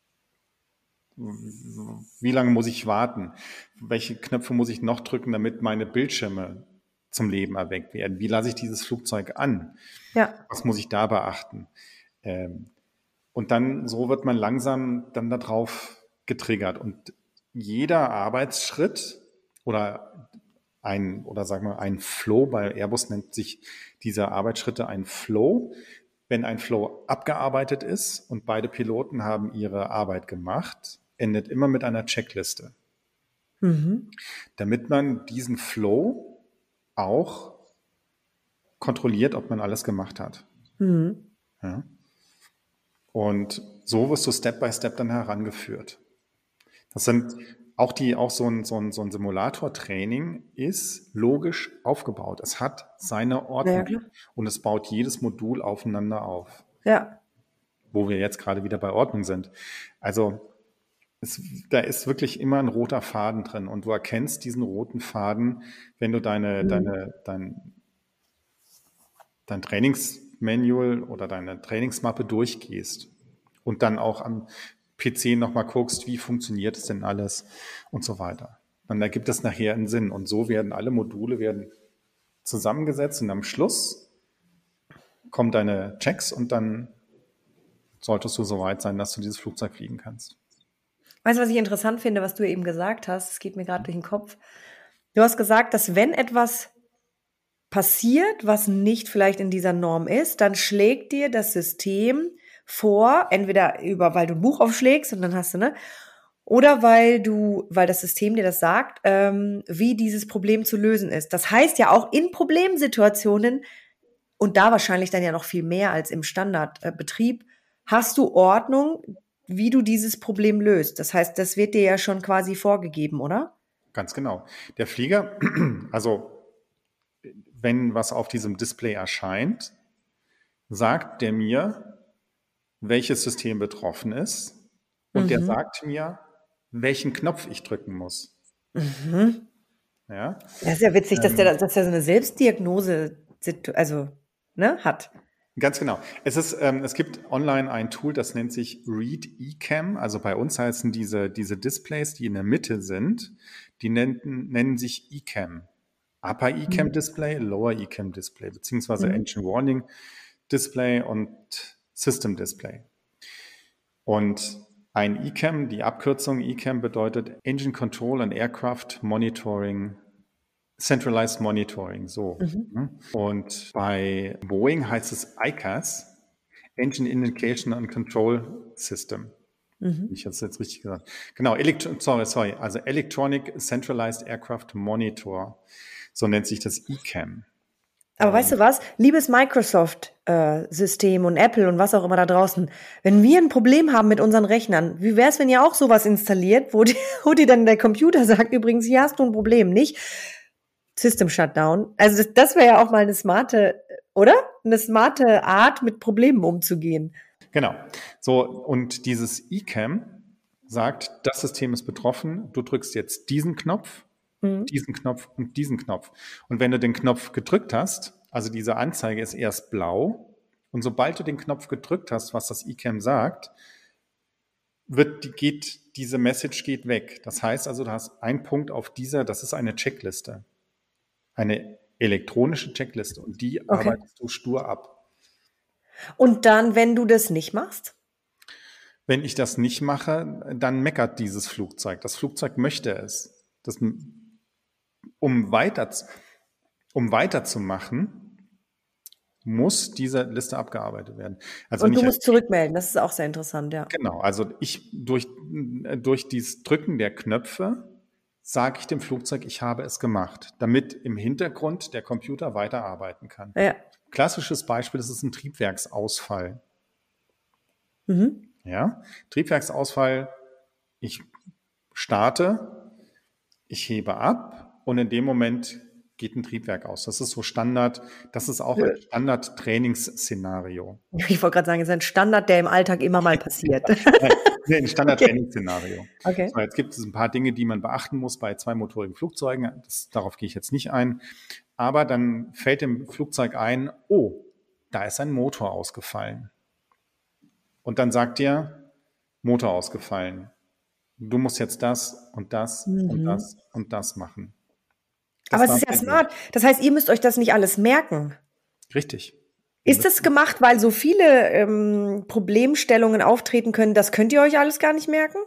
Wie lange muss ich warten? Welche Knöpfe muss ich noch drücken, damit meine Bildschirme zum Leben erweckt werden? Wie lasse ich dieses Flugzeug an? Ja. Was muss ich da beachten? Ähm, und dann, so wird man langsam dann darauf getriggert. Und jeder Arbeitsschritt oder ein, oder sagen wir ein Flow, bei Airbus nennt sich diese Arbeitsschritte ein Flow. Wenn ein Flow abgearbeitet ist und beide Piloten haben ihre Arbeit gemacht, endet immer mit einer Checkliste, Mhm. damit man diesen Flow auch kontrolliert, ob man alles gemacht hat. Mhm. Ja. Und so wirst du Step by Step dann herangeführt. Das sind auch die, auch so ein, so ein, so ein Simulator-Training ist logisch aufgebaut. Es hat seine Ordnung Ja, klar. und es baut jedes Modul aufeinander auf, Ja. wo wir jetzt gerade wieder bei Ordnung sind. Also es, da ist wirklich immer ein roter Faden drin und du erkennst diesen roten Faden, wenn du deine, Mhm. deine, dein, dein Trainingsmanual oder deine Trainingsmappe durchgehst und dann auch am P C nochmal guckst, wie funktioniert es denn alles und so weiter. Dann ergibt es nachher einen Sinn und so werden alle Module werden zusammengesetzt und am Schluss kommen deine Checks und dann solltest du so weit sein, dass du dieses Flugzeug fliegen kannst. Weißt du, was ich interessant finde, was du eben gesagt hast? Es geht mir gerade durch den Kopf. Du hast gesagt, dass wenn etwas passiert, was nicht vielleicht in dieser Norm ist, dann schlägt dir das System vor, entweder über, weil du ein Buch aufschlägst und dann hast du, ne, oder weil du, weil das System dir das sagt, ähm, wie dieses Problem zu lösen ist. Das heißt ja auch in Problemsituationen und da wahrscheinlich dann ja noch viel mehr als im Standardbetrieb, hast du Ordnung, wie du dieses Problem löst. Das heißt, das wird dir ja schon quasi vorgegeben, oder? Ganz genau. Der Flieger, also wenn was auf diesem Display erscheint, sagt der mir, welches System betroffen ist und der Mhm. sagt mir, welchen Knopf ich drücken muss. Mhm. Ja? Das ist ja witzig, dass der, Ähm, da- dass der so eine Selbstdiagnose, situ- also, ne, hat. Ganz genau. Es ist, ähm, es gibt online ein Tool, das nennt sich Read eCam. Also bei uns heißen diese, diese Displays, die in der Mitte sind, die nennen, nennen sich eCam. Upper eCam Mhm. Display, Lower eCam Display, beziehungsweise Mhm. Engine Warning Display und System Display. Und ein eCam, die Abkürzung eCam bedeutet Engine Control and Aircraft Monitoring, Centralized Monitoring, so. Mhm. Und bei Boeing heißt es I C A S, Engine Indication and Control System. Mhm. Ich habe es jetzt richtig gesagt. Genau, Elektro sorry, sorry, also Electronic Centralized Aircraft Monitor, so nennt sich das eCam. Aber weißt du was? Liebes Microsoft-System und Apple und was auch immer da draußen, wenn wir ein Problem haben mit unseren Rechnern, wie wäre es, wenn ihr auch sowas installiert, wo, die, wo dir dann der Computer sagt, übrigens, hier hast du ein Problem, nicht System Shutdown. Also das, das wäre ja auch mal eine smarte, oder? Eine smarte Art, mit Problemen umzugehen. Genau. So, und dieses eCam sagt, das System ist betroffen, du drückst jetzt diesen Knopf, Mhm. diesen Knopf und diesen Knopf. Und wenn du den Knopf gedrückt hast, also diese Anzeige ist erst blau, und sobald du den Knopf gedrückt hast, was das eCam sagt, wird, die, geht, diese Message geht weg. Das heißt also, du hast einen Punkt auf dieser, das ist eine Checkliste. Eine elektronische Checkliste und die Okay. arbeitest du stur ab. Und dann, wenn du das nicht machst? Wenn ich das nicht mache, dann meckert dieses Flugzeug. Das Flugzeug möchte es. Das, um, weiter, um weiterzumachen, muss diese Liste abgearbeitet werden. Also wenn Und du ich, musst zurückmelden. Das ist auch sehr interessant, ja. genau, also ich durch, durch dieses Drücken der Knöpfe sage ich dem Flugzeug, ich habe es gemacht, damit im Hintergrund der Computer weiterarbeiten kann. Ja. Klassisches Beispiel, das ist ein Triebwerksausfall. Mhm. Ja, Triebwerksausfall, ich starte, ich hebe ab und in dem Moment geht ein Triebwerk aus. Das ist so Standard, das ist auch ein Standard-Trainingsszenario. Ich wollte gerade sagen, es ist ein Standard, der im Alltag immer mal passiert. Nein, ein Standard-Trainingsszenario. Okay. So, jetzt gibt es ein paar Dinge, die man beachten muss bei zweimotorigen Flugzeugen. Das, darauf gehe ich jetzt nicht ein. Aber dann fällt dem Flugzeug ein, oh, da ist ein Motor ausgefallen. Und dann sagt dir, Motor ausgefallen. Du musst jetzt das und das Mhm. und das und das machen. Das Aber es war ist ja sehr gut. smart. Das heißt, ihr müsst euch das nicht alles merken. Richtig. Ist das gemacht, weil so viele ähm, Problemstellungen auftreten können, das könnt ihr euch alles gar nicht merken?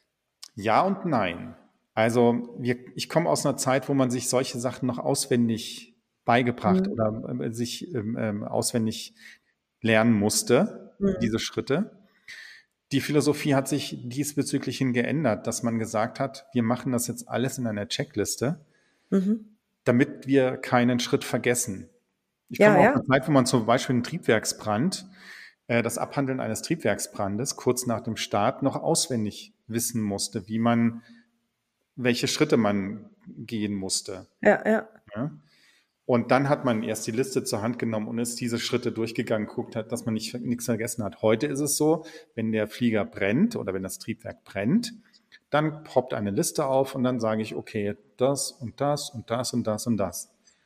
Ja und nein. Also wir, ich komme aus einer Zeit, wo man sich solche Sachen noch auswendig beigebracht Mhm. oder äh, sich ähm, ähm, auswendig lernen musste, Mhm. diese Schritte. Die Philosophie hat sich diesbezüglich hin geändert, dass man gesagt hat, wir machen das jetzt alles in einer Checkliste, Mhm. damit wir keinen Schritt vergessen. Ich Ja, komme aus ja. einer Zeit, wo man zum Beispiel einen Triebwerksbrand, äh, das Abhandeln eines Triebwerksbrandes kurz nach dem Start noch auswendig wissen musste, wie man, welche Schritte man gehen musste. Ja, ja. Ja? Und dann hat man erst die Liste zur Hand genommen und ist diese Schritte durchgegangen, guckt hat, dass man nicht, nichts vergessen hat. Heute ist es so, wenn der Flieger brennt oder wenn das Triebwerk brennt, dann poppt eine Liste auf und dann sage ich, okay, das und das und das und das und das.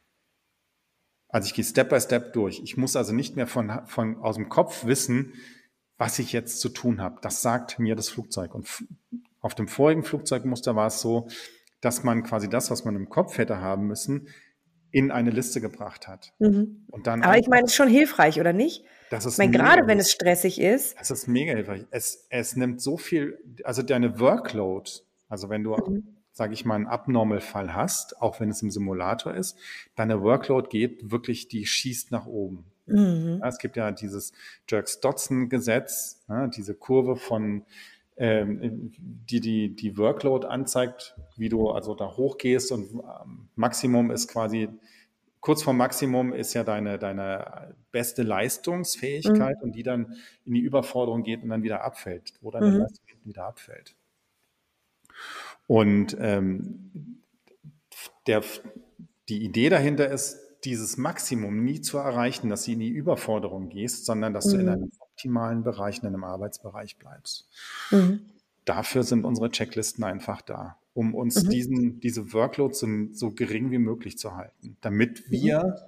Also ich gehe Step by Step durch. Ich muss also nicht mehr von, von aus dem Kopf wissen, was ich jetzt zu tun habe. Das sagt mir das Flugzeug. Und f- auf dem vorigen Flugzeugmuster war es so, dass man quasi das, was man im Kopf hätte haben müssen, in eine Liste gebracht hat. Mhm. Und dann Aber ich einfach, meine, es ist schon hilfreich, oder nicht? das Ich ist meine, mega, gerade wenn es stressig ist. das ist mega hilfreich. Es, es nimmt so viel, also deine Workload, also wenn du, Mhm. sage ich mal, einen Abnormal-Fall hast, auch wenn es im Simulator ist, deine Workload geht wirklich, die schießt nach oben. Mhm. Ja, es gibt ja dieses Jerks-Dodson-Gesetz, ja, diese Kurve von, ähm, die, die die Workload anzeigt, wie du also da hochgehst und ähm, Maximum ist quasi, kurz vor Maximum ist ja deine, deine beste Leistungsfähigkeit Mhm. und die dann in die Überforderung geht und dann wieder abfällt, wo deine Mhm. Leistung wieder abfällt. Und ähm, der, die Idee dahinter ist, dieses Maximum nie zu erreichen, dass du in die Überforderung gehst, sondern dass du in einem Mhm. optimalen Bereich, in einem Arbeitsbereich bleibst. Mhm. Dafür sind unsere Checklisten einfach da, um uns Mhm. diesen, diese Workload so, so gering wie möglich zu halten, damit Mhm. wir,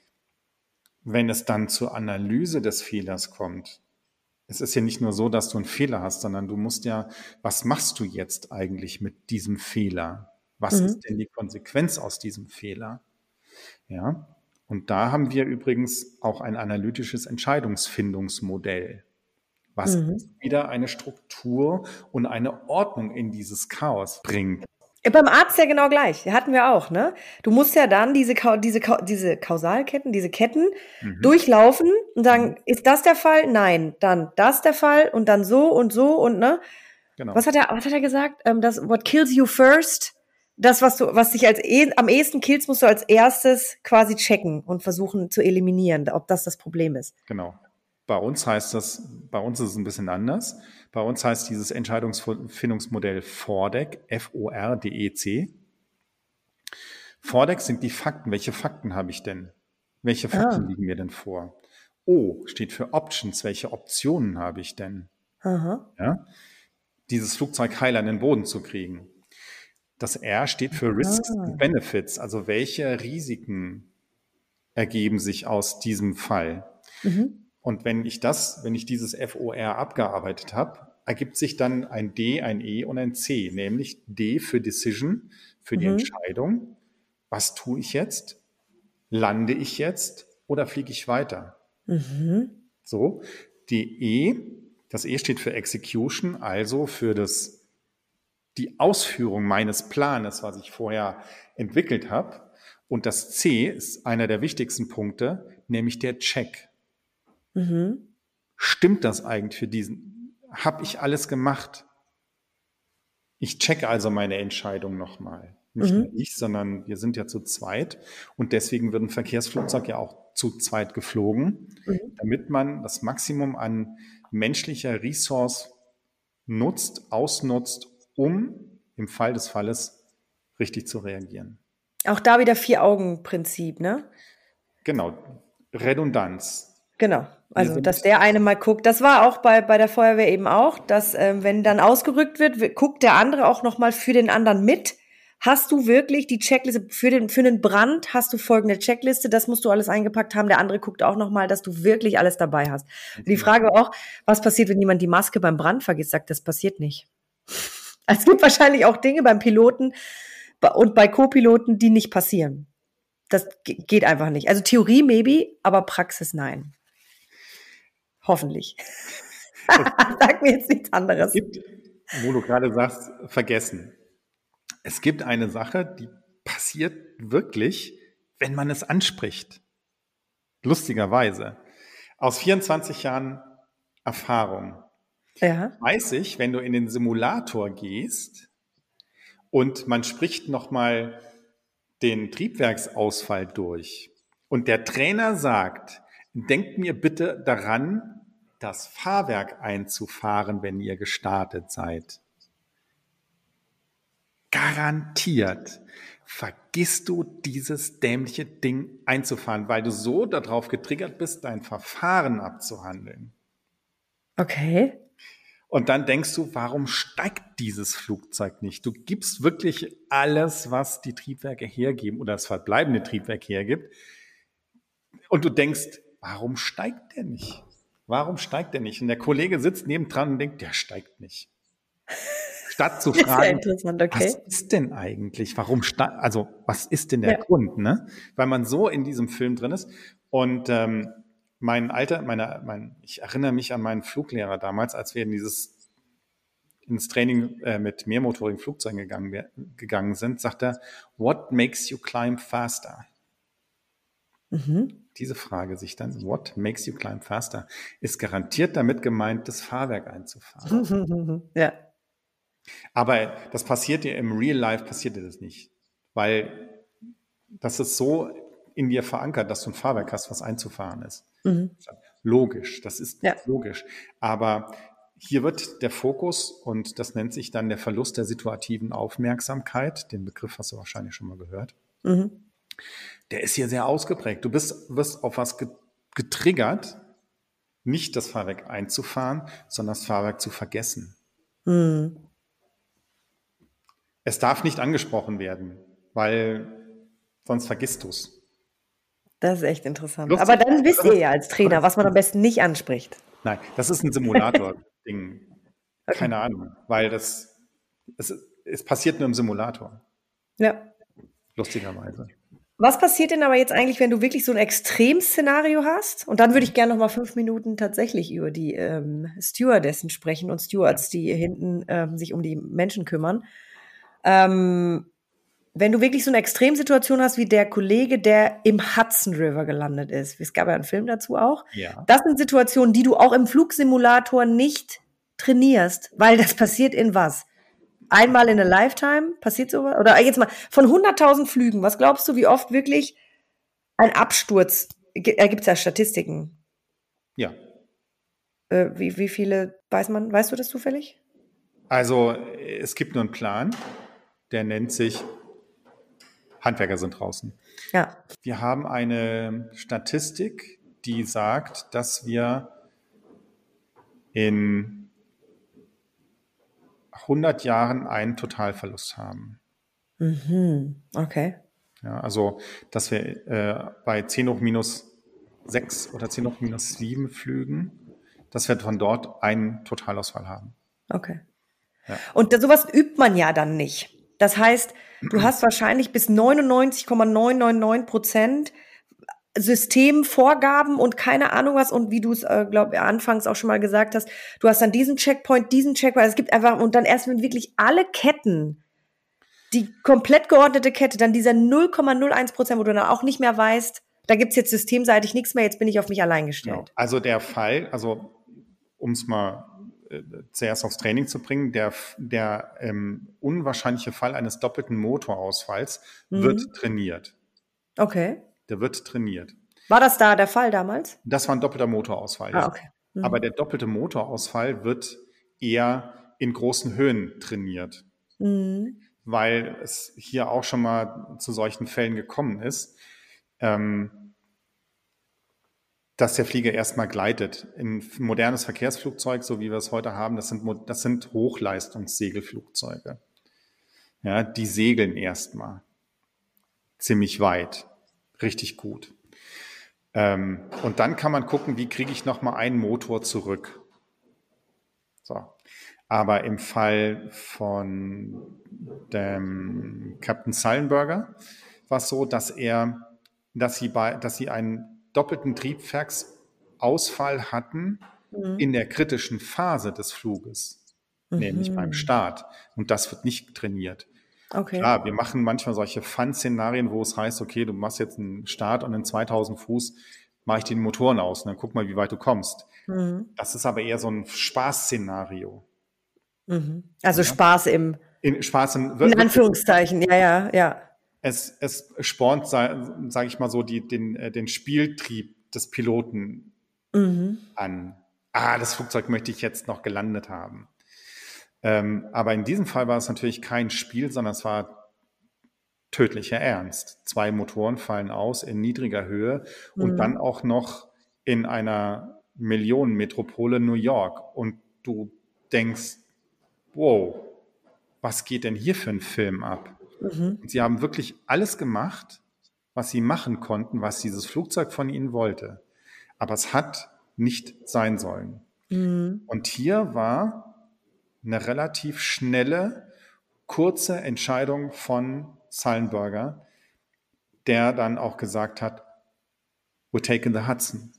wenn es dann zur Analyse des Fehlers kommt, es ist ja nicht nur so, dass du einen Fehler hast, sondern du musst ja, was machst du jetzt eigentlich mit diesem Fehler? Was Mhm. ist denn die Konsequenz aus diesem Fehler? Ja, und da haben wir übrigens auch ein analytisches Entscheidungsfindungsmodell, was Mhm. wieder eine Struktur und eine Ordnung in dieses Chaos bringt. Ja, beim Arzt ja genau gleich. Hatten wir auch, ne? Du musst ja dann diese, Kau diese, Kau diese Kausalketten, diese Ketten Mhm. durchlaufen und sagen, Mhm. ist das der Fall? Nein. Dann das der Fall und dann so und so und ne? Genau. Was hat er, was hat er gesagt? Ähm, das, what kills you first? Das, was du, was dich als eh, am ehesten killst, musst du als erstes quasi checken und versuchen zu eliminieren, ob das das Problem ist. Genau. Bei uns heißt das, bei uns ist es ein bisschen anders. Bei uns heißt dieses Entscheidungsfindungsmodell FORDEC, F O R D E C. FORDEC sind die Fakten. Welche Fakten habe ich denn? Welche Fakten Ah. liegen mir denn vor? O steht für Options. Welche Optionen habe ich denn? Aha. Ja? Dieses Flugzeug heil an den Boden zu kriegen. Das R steht für Risks Ah. and Benefits. Also welche Risiken ergeben sich aus diesem Fall? Mhm. Und wenn ich das, wenn ich dieses F O R abgearbeitet habe, ergibt sich dann ein D, ein E und ein C, nämlich D für Decision, für die Mhm. Entscheidung. Was tue ich jetzt? Lande ich jetzt oder fliege ich weiter? Mhm. So, die E, das E steht für Execution, also für das, die Ausführung meines Planes, was ich vorher entwickelt habe. Und das C ist einer der wichtigsten Punkte, nämlich der Check. Mhm. Stimmt das eigentlich für diesen? Habe ich alles gemacht? Ich checke also meine Entscheidung nochmal. Nicht Mhm. nur ich, sondern wir sind ja zu zweit. Und deswegen wird ein Verkehrsflugzeug ja auch zu zweit geflogen, Mhm. damit man das Maximum an menschlicher Ressource nutzt, ausnutzt, um im Fall des Falles richtig zu reagieren. Auch da wieder Vier-Augen-Prinzip, ne? Genau, Redundanz. Genau. Wir Also, sind, dass der eine mal guckt. Das war auch bei, bei der Feuerwehr eben auch, dass ähm, wenn dann ausgerückt wird, w- guckt der andere auch noch mal für den anderen mit. Hast du wirklich die Checkliste für den für den Brand? Hast du folgende Checkliste? Das musst du alles eingepackt haben. Der andere guckt auch noch mal, dass du wirklich alles dabei hast. Und die Frage auch, was passiert, wenn jemand die Maske beim Brand vergisst? Sagt, das passiert nicht. Es gibt wahrscheinlich auch Dinge beim Piloten bei- und bei Co-Piloten, die nicht passieren. Das ge- geht einfach nicht. Also Theorie maybe, aber Praxis nein. Hoffentlich. Sag mir jetzt nichts es anderes. gibt, wo du gerade sagst, vergessen. Es gibt eine Sache, die passiert wirklich, wenn man es anspricht. Lustigerweise. Aus vierundzwanzig Jahren Erfahrung Ja. weiß ich, wenn du in den Simulator gehst und man spricht nochmal den Triebwerksausfall durch und der Trainer sagt, denkt mir bitte daran, das Fahrwerk einzufahren, wenn ihr gestartet seid. Garantiert vergisst du dieses dämliche Ding einzufahren, weil du so darauf getriggert bist, dein Verfahren abzuhandeln. Okay. Und dann denkst du, warum steigt dieses Flugzeug nicht? Du gibst wirklich alles, was die Triebwerke hergeben oder das verbleibende Triebwerk hergibt. Und du denkst, warum steigt der nicht? Warum steigt der nicht? Und der Kollege sitzt nebendran und denkt, der steigt nicht. Statt zu Das ist ja fragen, interessant, was okay. ist denn eigentlich? Warum steigt, also was ist denn der Ja. Grund? Ne? Weil man so in diesem Film drin ist. Und ähm, mein Alter, meine, mein, ich erinnere mich an meinen Fluglehrer damals, als wir in dieses ins Training äh, mit mehrmotorigen Flugzeugen gegangen, gegangen sind, sagt er, what makes you climb faster? Mhm. Diese Frage sich dann, what makes you climb faster, ist garantiert damit gemeint, das Fahrwerk einzufahren. Ja. Aber das passiert dir im Real Life, passiert dir das nicht. Weil das ist so in dir verankert, dass du ein Fahrwerk hast, was einzufahren ist. Mhm. Logisch, das ist Ja. logisch. Aber hier wird der Fokus, und das nennt sich dann der Verlust der situativen Aufmerksamkeit, den Begriff hast du wahrscheinlich schon mal gehört, Mhm. der ist hier sehr ausgeprägt. Du bist, wirst auf was getriggert, nicht das Fahrwerk einzufahren, sondern das Fahrwerk zu vergessen. Mhm. Es darf nicht angesprochen werden, weil sonst vergisst du es. Das ist echt interessant. Lustig. Aber dann wisst ihr ja als Trainer, was man am besten nicht anspricht. Nein, das ist ein Simulator-Ding. Keine Ahnung, weil das, es, es passiert nur im Simulator. Ja. Lustigerweise. Was passiert denn aber jetzt eigentlich, wenn du wirklich so ein Extremszenario hast? Und dann würde ich gerne noch mal fünf Minuten tatsächlich über die ähm, Stewardessen sprechen und Stewards, die hinten ähm, sich um die Menschen kümmern. Ähm, wenn du wirklich so eine Extremsituation hast wie der Kollege, der im Hudson River gelandet ist. Es gab ja einen Film dazu auch. Ja. Das sind Situationen, die du auch im Flugsimulator nicht trainierst, weil das passiert in was? Einmal in a Lifetime passiert sowas? Oder jetzt mal, von hunderttausend Flügen, was glaubst du, wie oft wirklich ein Absturz, da gibt es ja Statistiken. Ja. Äh, wie, wie viele, weiß man, weißt du das zufällig? Also es gibt nur einen Plan, der nennt sich Handwerker sind draußen. Ja. Wir haben eine Statistik, die sagt, dass wir in hundert Jahren einen Totalverlust haben. Mhm. Okay. Ja, also, dass wir äh, bei zehn hoch minus sechs oder zehn hoch minus sieben Flügen, dass wir von dort einen Totalausfall haben. Okay. Ja. Und das, sowas übt man ja dann nicht. Das heißt, du hast wahrscheinlich bis neunundneunzig Komma neun neun neun Prozent Systemvorgaben und keine Ahnung was. Und wie du es, äh, glaube ich, anfangs auch schon mal gesagt hast, du hast dann diesen Checkpoint, diesen Checkpoint. Es gibt einfach, und dann erst wenn wirklich alle Ketten, die komplett geordnete Kette, dann dieser null Komma null eins Prozent, wo du dann auch nicht mehr weißt, da gibt's jetzt systemseitig nichts mehr, jetzt bin ich auf mich allein gestellt. Genau. Also der Fall, also um es mal äh, zuerst aufs Training zu bringen, der, der ähm, unwahrscheinliche Fall eines doppelten Motorausfalls Mhm. wird trainiert. Okay. Der wird trainiert. War das da der Fall damals? Das war ein doppelter Motorausfall. Ah, ja. okay. Mhm. Aber der doppelte Motorausfall wird eher in großen Höhen trainiert. Mhm. weil es hier auch schon mal zu solchen Fällen gekommen ist, ähm, dass der Flieger erstmal gleitet. Ein modernes Verkehrsflugzeug, so wie wir es heute haben, das sind, das sind Hochleistungssegelflugzeuge. Ja, die segeln erstmal ziemlich weit, richtig gut. Ähm, und dann kann man gucken, wie kriege ich nochmal einen Motor zurück. So. Aber im Fall von dem Captain Sullenberger war es so, dass er, dass sie bei, dass sie einen doppelten Triebwerksausfall hatten Mhm. in der kritischen Phase des Fluges, Mhm. nämlich beim Start. Und das wird nicht trainiert. Okay. Klar, wir machen manchmal solche Fun-Szenarien, wo es heißt, okay, du machst jetzt einen Start und in zweitausend Fuß mache ich den Motoren aus und dann guck mal, wie weit du kommst. Mhm. Das ist aber eher so ein Spaßszenario. Mhm. Also Spaß im, In, Spaß im, in Anführungszeichen, ja, ja, ja. Es, es spornt, sage ich mal so, die, den, den Spieltrieb des Piloten Mhm. an. Ah, das Flugzeug möchte ich jetzt noch gelandet haben. Ähm, aber in diesem Fall war es natürlich kein Spiel, sondern es war tödlicher Ernst. Zwei Motoren fallen aus in niedriger Höhe und Mhm. dann auch noch in einer Millionenmetropole New York. Und du denkst, wow, was geht denn hier für ein Film ab? Mhm. Und sie haben wirklich alles gemacht, was sie machen konnten, was dieses Flugzeug von ihnen wollte. Aber es hat nicht sein sollen. Mhm. Und hier war eine relativ schnelle, kurze Entscheidung von Sullenberger, der dann auch gesagt hat, we're taking the Hudson.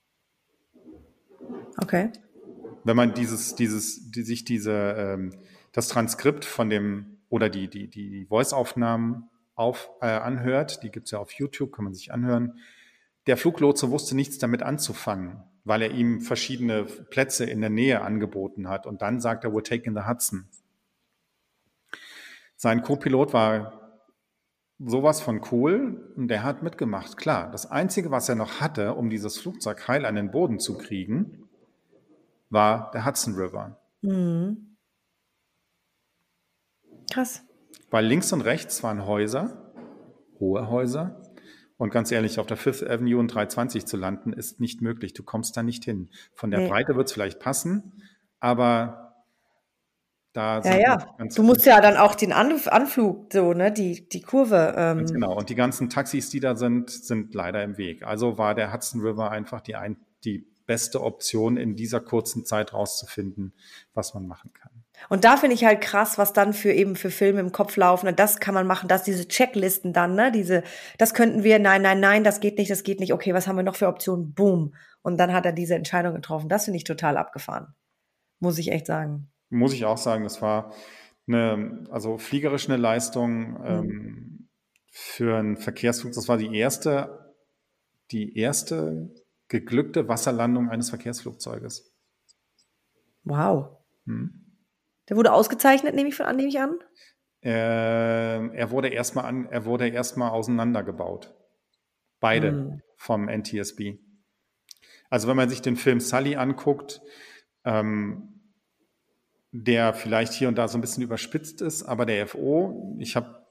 Okay. Wenn man dieses, dieses, die, sich diese, ähm, das Transkript von dem oder die, die, die Voice-Aufnahmen auf, äh, anhört, die gibt es ja auf YouTube, kann man sich anhören. Der Fluglotse wusste nichts damit anzufangen, weil er ihm verschiedene Plätze in der Nähe angeboten hat. Und dann sagt er, we're taking the Hudson. Sein Co-Pilot war sowas von cool und der hat mitgemacht. Klar, das Einzige, was er noch hatte, um dieses Flugzeug heil an den Boden zu kriegen, war der Hudson River. Mhm. Krass. Weil links und rechts waren Häuser, hohe Häuser. Und ganz ehrlich, auf der Fifth Avenue und dreihundertzwanzig zu landen, ist nicht möglich. Du kommst da nicht hin. Von der Nee. Breite wird es vielleicht passen, aber da Ja, sind ja. ganz Du musst ja dann auch den Anf Anflug, so, ne, die, die Kurve. Ähm, Ganz genau. Und die ganzen Taxis, die da sind, sind leider im Weg. Also war der Hudson River einfach die, ein, die beste Option, in dieser kurzen Zeit rauszufinden, was man machen kann. Und da finde ich halt krass, was dann für eben für Filme im Kopf laufen. Das kann man machen, dass diese Checklisten dann, ne, diese, das könnten wir, nein, nein, nein, das geht nicht, das geht nicht. Okay, was haben wir noch für Optionen? Boom. Und dann hat er diese Entscheidung getroffen. Das finde ich total abgefahren. Muss ich echt sagen. Muss ich auch sagen, das war eine, also fliegerisch eine Leistung ähm, mhm. für einen Verkehrsflug. Das war die erste, die erste geglückte Wasserlandung eines Verkehrsflugzeuges. Wow. Hm. Der wurde ausgezeichnet, nehme ich, von, nehme ich an? Äh, er wurde erstmal an, er wurde erstmal auseinandergebaut. Beide hm. vom N T S B. Also wenn man sich den Film Sully anguckt, ähm, der vielleicht hier und da so ein bisschen überspitzt ist, aber der F O, ich habe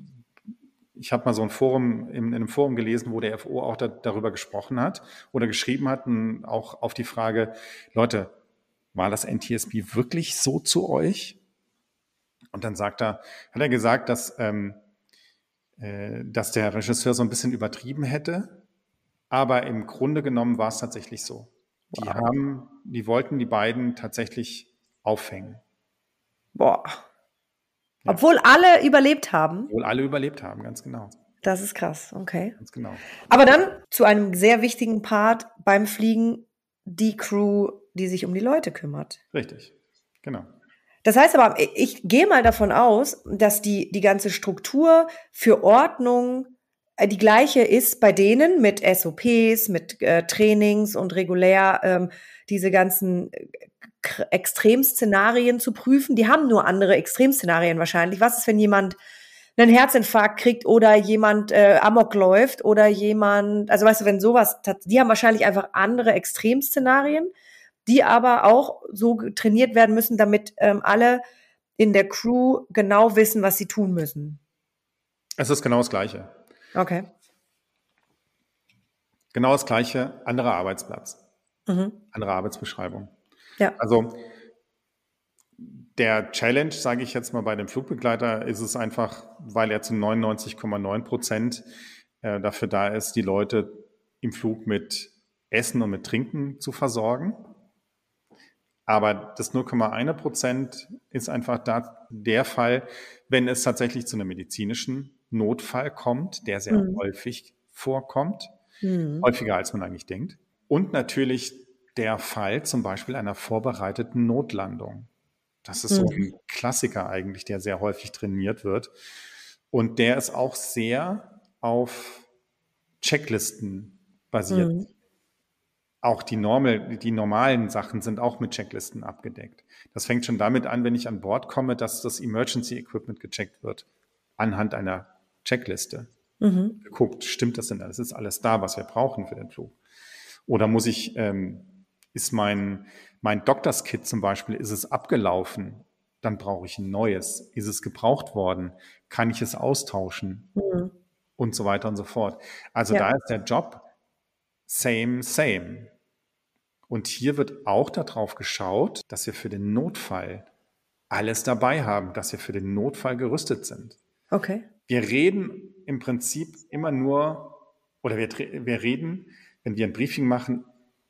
ich hab mal so ein Forum, in, in einem Forum gelesen, wo der F O auch da, darüber gesprochen hat oder geschrieben hat und auch auf die Frage, Leute, war das N T S B wirklich so zu euch? Und dann sagt er, hat er gesagt, dass, ähm, äh, dass der Regisseur so ein bisschen übertrieben hätte, aber im Grunde genommen war es tatsächlich so. Die Wow. haben, die wollten die beiden tatsächlich aufhängen. Boah. Ja. Obwohl alle überlebt haben? Obwohl alle überlebt haben, ganz genau. Das ist krass, okay. Ganz genau. Aber dann zu einem sehr wichtigen Part beim Fliegen, die Crew, die sich um die Leute kümmert. Richtig, genau. Das heißt aber, ich gehe mal davon aus, dass die, die ganze Struktur für Ordnung die gleiche ist bei denen mit S O Ps, mit äh, Trainings und regulär ähm, diese ganzen K- Extremszenarien zu prüfen. Die haben nur andere Extremszenarien wahrscheinlich. Was ist, wenn jemand einen Herzinfarkt kriegt oder jemand äh, Amok läuft oder jemand, also weißt du, wenn sowas, die haben wahrscheinlich einfach andere Extremszenarien, die aber auch so trainiert werden müssen, damit ähm, alle in der Crew genau wissen, was sie tun müssen? Es ist genau das Gleiche. Okay. Genau das Gleiche, anderer Arbeitsplatz, Mhm. andere Arbeitsbeschreibung. Ja. Also der Challenge, sage ich jetzt mal, bei dem Flugbegleiter ist es einfach, weil er zu neunundneunzig Komma neun Prozent äh, dafür da ist, die Leute im Flug mit Essen und mit Trinken zu versorgen. Aber das null Komma eins Prozent ist einfach da der Fall, wenn es tatsächlich zu einem medizinischen Notfall kommt, der sehr Mhm. häufig vorkommt, Mhm. häufiger als man eigentlich denkt. Und natürlich der Fall zum Beispiel einer vorbereiteten Notlandung. Das ist so ein Mhm. Klassiker eigentlich, der sehr häufig trainiert wird. Und der ist auch sehr auf Checklisten basiert. Mhm. Auch die, normal, die normalen Sachen sind auch mit Checklisten abgedeckt. Das fängt schon damit an, wenn ich an Bord komme, dass das Emergency Equipment gecheckt wird, anhand einer Checkliste. Mhm. Geguckt, stimmt das denn alles? Ist alles da, was wir brauchen für den Flug? Oder muss ich, ähm, ist mein, mein Doctors Kit zum Beispiel, ist es abgelaufen? Dann brauche ich ein neues. Ist es gebraucht worden? Kann ich es austauschen? Mhm. Und so weiter und so fort. Also Ja. da ist der Job same, same. Und hier wird auch darauf geschaut, dass wir für den Notfall alles dabei haben, dass wir für den Notfall gerüstet sind. Okay. Wir reden im Prinzip immer nur, oder wir, wir reden, wenn wir ein Briefing machen,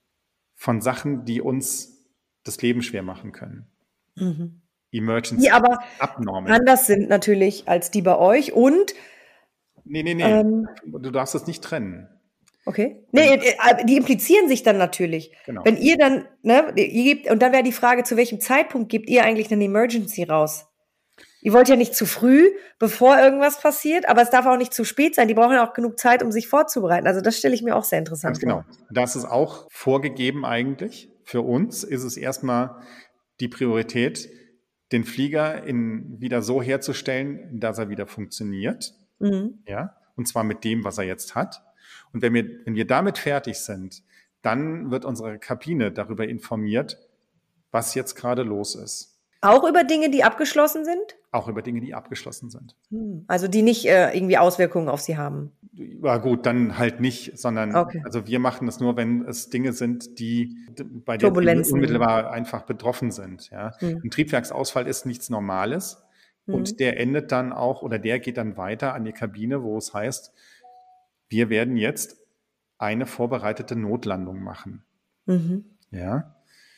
von Sachen, die uns das Leben schwer machen können. Mhm. Emergency, Die aber abnormal. anders sind natürlich als die bei euch und Nee, nee, nee. ähm, Du darfst es nicht trennen. okay. Nee, äh, die implizieren sich dann natürlich. Genau. Wenn ihr dann, ne, ihr gebt, und dann wäre die Frage, zu welchem Zeitpunkt gebt ihr eigentlich eine Emergency raus? Ihr wollt ja nicht zu früh, bevor irgendwas passiert, aber es darf auch nicht zu spät sein. Die brauchen ja auch genug Zeit, um sich vorzubereiten. Also das stelle ich mir auch sehr interessant Ganz genau. vor. Das ist auch vorgegeben eigentlich. Für uns ist es erstmal die Priorität, den Flieger in, wieder so herzustellen, dass er wieder funktioniert. Mhm. Ja, und zwar mit dem, was er jetzt hat. Und wenn wir, wenn wir damit fertig sind, dann wird unsere Kabine darüber informiert, was jetzt gerade los ist. Auch über Dinge, die abgeschlossen sind? Auch über Dinge, die abgeschlossen sind. Also die nicht äh, irgendwie Auswirkungen auf sie haben. Ja gut, dann halt nicht, sondern Okay. also wir machen das nur, wenn es Dinge sind, die bei denen wir unmittelbar einfach betroffen sind. Ja. Hm. Ein Triebwerksausfall ist nichts Normales Hm. und der endet dann auch oder der geht dann weiter an die Kabine, wo es heißt, wir werden jetzt eine vorbereitete Notlandung machen. Mhm. Ja.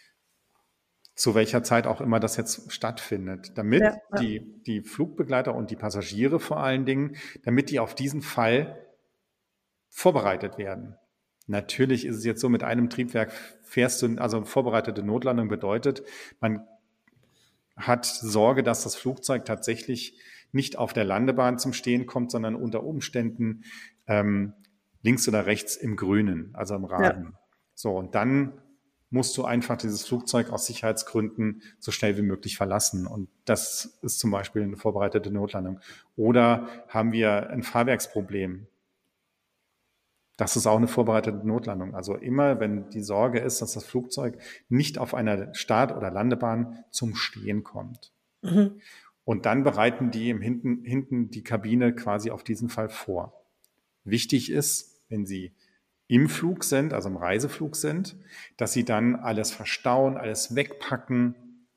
Zu welcher Zeit auch immer das jetzt stattfindet, damit Ja, ja. die, die Flugbegleiter und die Passagiere vor allen Dingen, damit die auf diesen Fall vorbereitet werden. Natürlich ist es jetzt so, mit einem Triebwerk fährst du, also vorbereitete Notlandung bedeutet, man hat Sorge, dass das Flugzeug tatsächlich nicht auf der Landebahn zum Stehen kommt, sondern unter Umständen ähm, links oder rechts im Grünen, also im Rasen. Ja. So, und dann musst du einfach dieses Flugzeug aus Sicherheitsgründen so schnell wie möglich verlassen. Und das ist zum Beispiel eine vorbereitete Notlandung. Oder haben wir ein Fahrwerksproblem? Das ist auch eine vorbereitete Notlandung. Also immer, wenn die Sorge ist, dass das Flugzeug nicht auf einer Start- oder Landebahn zum Stehen kommt. Mhm. Und dann bereiten die im hinten, hinten die Kabine quasi auf diesen Fall vor. Wichtig ist, wenn sie im Flug sind, also im Reiseflug sind, dass sie dann alles verstauen, alles wegpacken,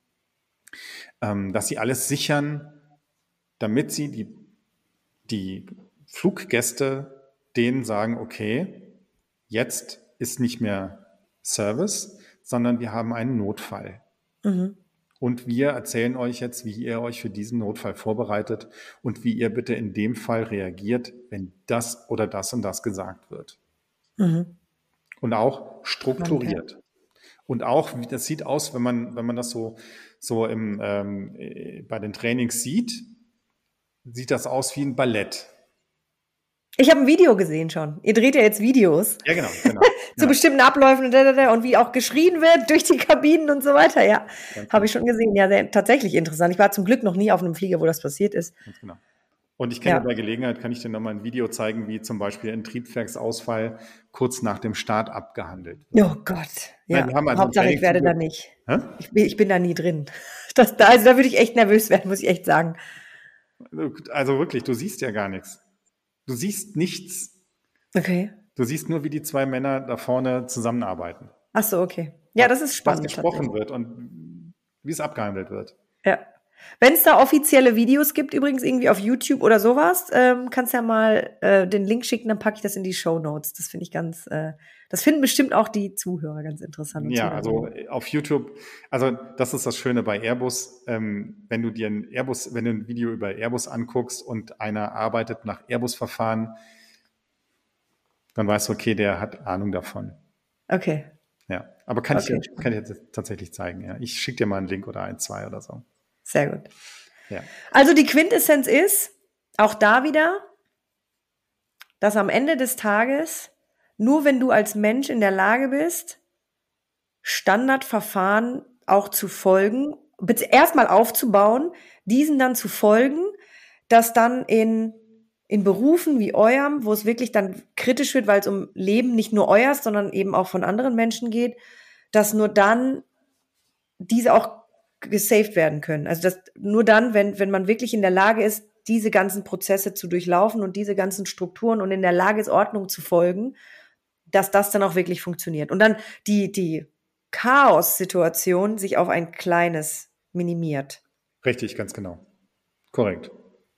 ähm, dass sie alles sichern, damit sie die, die Fluggäste denen sagen, okay, jetzt ist nicht mehr Service, sondern wir haben einen Notfall. Mhm. Und wir erzählen euch jetzt, wie ihr euch für diesen Notfall vorbereitet und wie ihr bitte in dem Fall reagiert, wenn das oder das und das gesagt wird. Mhm. Und auch strukturiert. Okay. Und auch, das sieht aus, wenn man, wenn man das so, so im, ähm, bei den Trainings sieht, sieht das aus wie ein Ballett. Ich habe ein Video gesehen schon. Ihr dreht ja jetzt Videos. Ja, genau. genau. Zu ja. bestimmten Abläufen und, und wie auch geschrien wird durch die Kabinen und so weiter. Ja, Ganz habe ich schon gesehen. Ja, sehr, tatsächlich interessant. Ich war zum Glück noch nie auf einem Flieger, wo das passiert ist. Ganz genau. Und ich kann ja. dir bei Gelegenheit, kann ich dir nochmal ein Video zeigen, wie zum Beispiel ein Triebwerksausfall kurz nach dem Start abgehandelt wird. Oh Gott. Ja. Nein, wir haben also Hauptsache, ich werde da nicht. Ich bin, ich bin da nie drin. Das, da, also da würde ich echt nervös werden, muss ich echt sagen. Also wirklich, du siehst ja gar nichts. Du siehst nichts. Okay. Du siehst nur, wie die zwei Männer da vorne zusammenarbeiten. Ach so, okay. Ja, das ist spannend. Was gesprochen wird und wie es abgehandelt wird. Ja. Wenn es da offizielle Videos gibt, übrigens irgendwie auf YouTube oder sowas, ähm, kannst ja mal äh, den Link schicken, dann packe ich das in die Shownotes. Das finde ich ganz, äh, das finden bestimmt auch die Zuhörer ganz interessant. Ja, also auf YouTube, also das ist das Schöne bei Airbus, ähm, wenn du dir ein Airbus, wenn du ein Video über Airbus anguckst und einer arbeitet nach Airbus-Verfahren, dann weißt du, okay, der hat Ahnung davon. Okay. Ja, aber kann, okay. ich, kann ich jetzt tatsächlich zeigen. Ja. Ich schicke dir mal einen Link oder ein, zwei oder so. Sehr gut. Ja. Also die Quintessenz ist, auch da wieder, dass am Ende des Tages, nur wenn du als Mensch in der Lage bist, Standardverfahren auch zu folgen, erstmal aufzubauen, diesen dann zu folgen, dass dann in, in Berufen wie eurem, wo es wirklich dann kritisch wird, weil es um Leben nicht nur euers, sondern eben auch von anderen Menschen geht, dass nur dann diese auch gesaved werden können. Also das nur dann, wenn, wenn man wirklich in der Lage ist, diese ganzen Prozesse zu durchlaufen und diese ganzen Strukturen und in der Lage ist, Ordnung zu folgen, dass das dann auch wirklich funktioniert. Und dann die, die Chaos-Situation sich auf ein kleines minimiert. Richtig, ganz genau. Korrekt.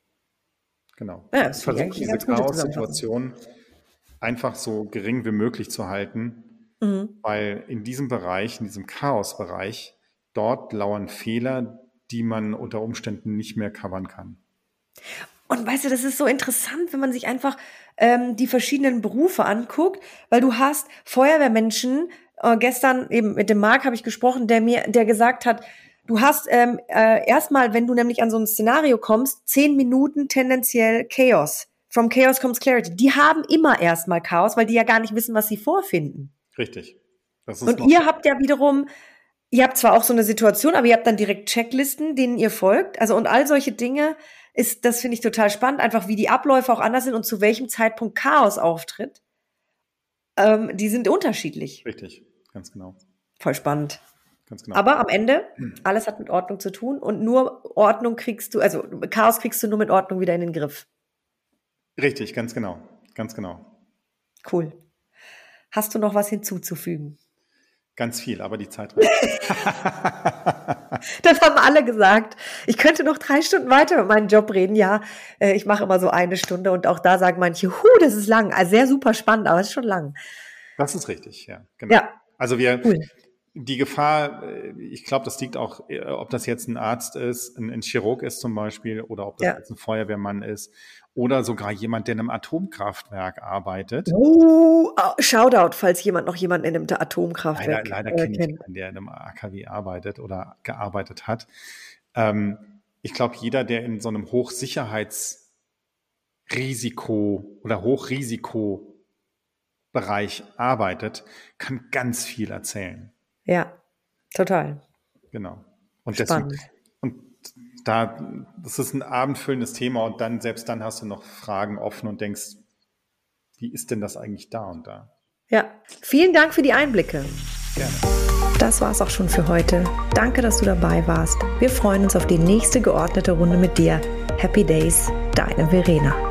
Genau. Ja, ich versuche diese Chaos-Situation einfach so gering wie möglich zu halten, mhm. weil in diesem Bereich, in diesem Chaos-Bereich, dort lauern Fehler, die man unter Umständen nicht mehr covern kann. Und weißt du, das ist so interessant, wenn man sich einfach ähm, die verschiedenen Berufe anguckt, weil du hast Feuerwehrmenschen, äh, gestern eben mit dem Marc habe ich gesprochen, der mir, der gesagt hat, du hast ähm, äh, erstmal, wenn du nämlich an so ein Szenario kommst, zehn Minuten tendenziell Chaos. From Chaos comes Clarity. Die haben immer erstmal Chaos, weil die ja gar nicht wissen, was sie vorfinden. Richtig. Das ist Und ihr habt ja wiederum Ihr habt zwar auch so eine Situation, aber ihr habt dann direkt Checklisten, denen ihr folgt. Also und all solche Dinge ist, das finde ich total spannend, einfach wie die Abläufe auch anders sind und zu welchem Zeitpunkt Chaos auftritt. Ähm, die sind unterschiedlich. Richtig, ganz genau. Voll spannend. Ganz genau. Aber am Ende, alles hat mit Ordnung zu tun und nur Ordnung kriegst du, also Chaos kriegst du nur mit Ordnung wieder in den Griff. Richtig, ganz genau, ganz genau. Cool. Hast du noch was hinzuzufügen? Ganz viel, aber die Zeit reicht. Das haben alle gesagt. Ich könnte noch drei Stunden weiter mit meinem Job reden. Ja, ich mache immer so eine Stunde und auch da sagen manche, hu, das ist lang. Also sehr super spannend, aber es ist schon lang. Das ist richtig, ja. Genau. Ja. Also wir, cool. Die Gefahr, ich glaube, das liegt auch, ob das jetzt ein Arzt ist, ein, ein Chirurg ist zum Beispiel, oder ob das ja. jetzt ein Feuerwehrmann ist, oder sogar jemand, der in einem Atomkraftwerk arbeitet. Oh, Shoutout, falls jemand noch jemanden in einem Atomkraftwerk Leider, leider kenne ich keinen, der in einem A K W arbeitet oder gearbeitet hat. Ähm, ich glaube, jeder, der in so einem Hochsicherheitsrisiko oder Hochrisikobereich arbeitet, kann ganz viel erzählen. Ja, total. Genau. Und Spannend. deswegen, und da, das ist ein abendfüllendes Thema und dann, selbst dann hast du noch Fragen offen und denkst, wie ist denn das eigentlich da und da? Ja, vielen Dank für die Einblicke. Gerne. Das war's auch schon für heute. Danke, dass du dabei warst. Wir freuen uns auf die nächste geordnete Runde mit dir. Happy Days, deine Verena.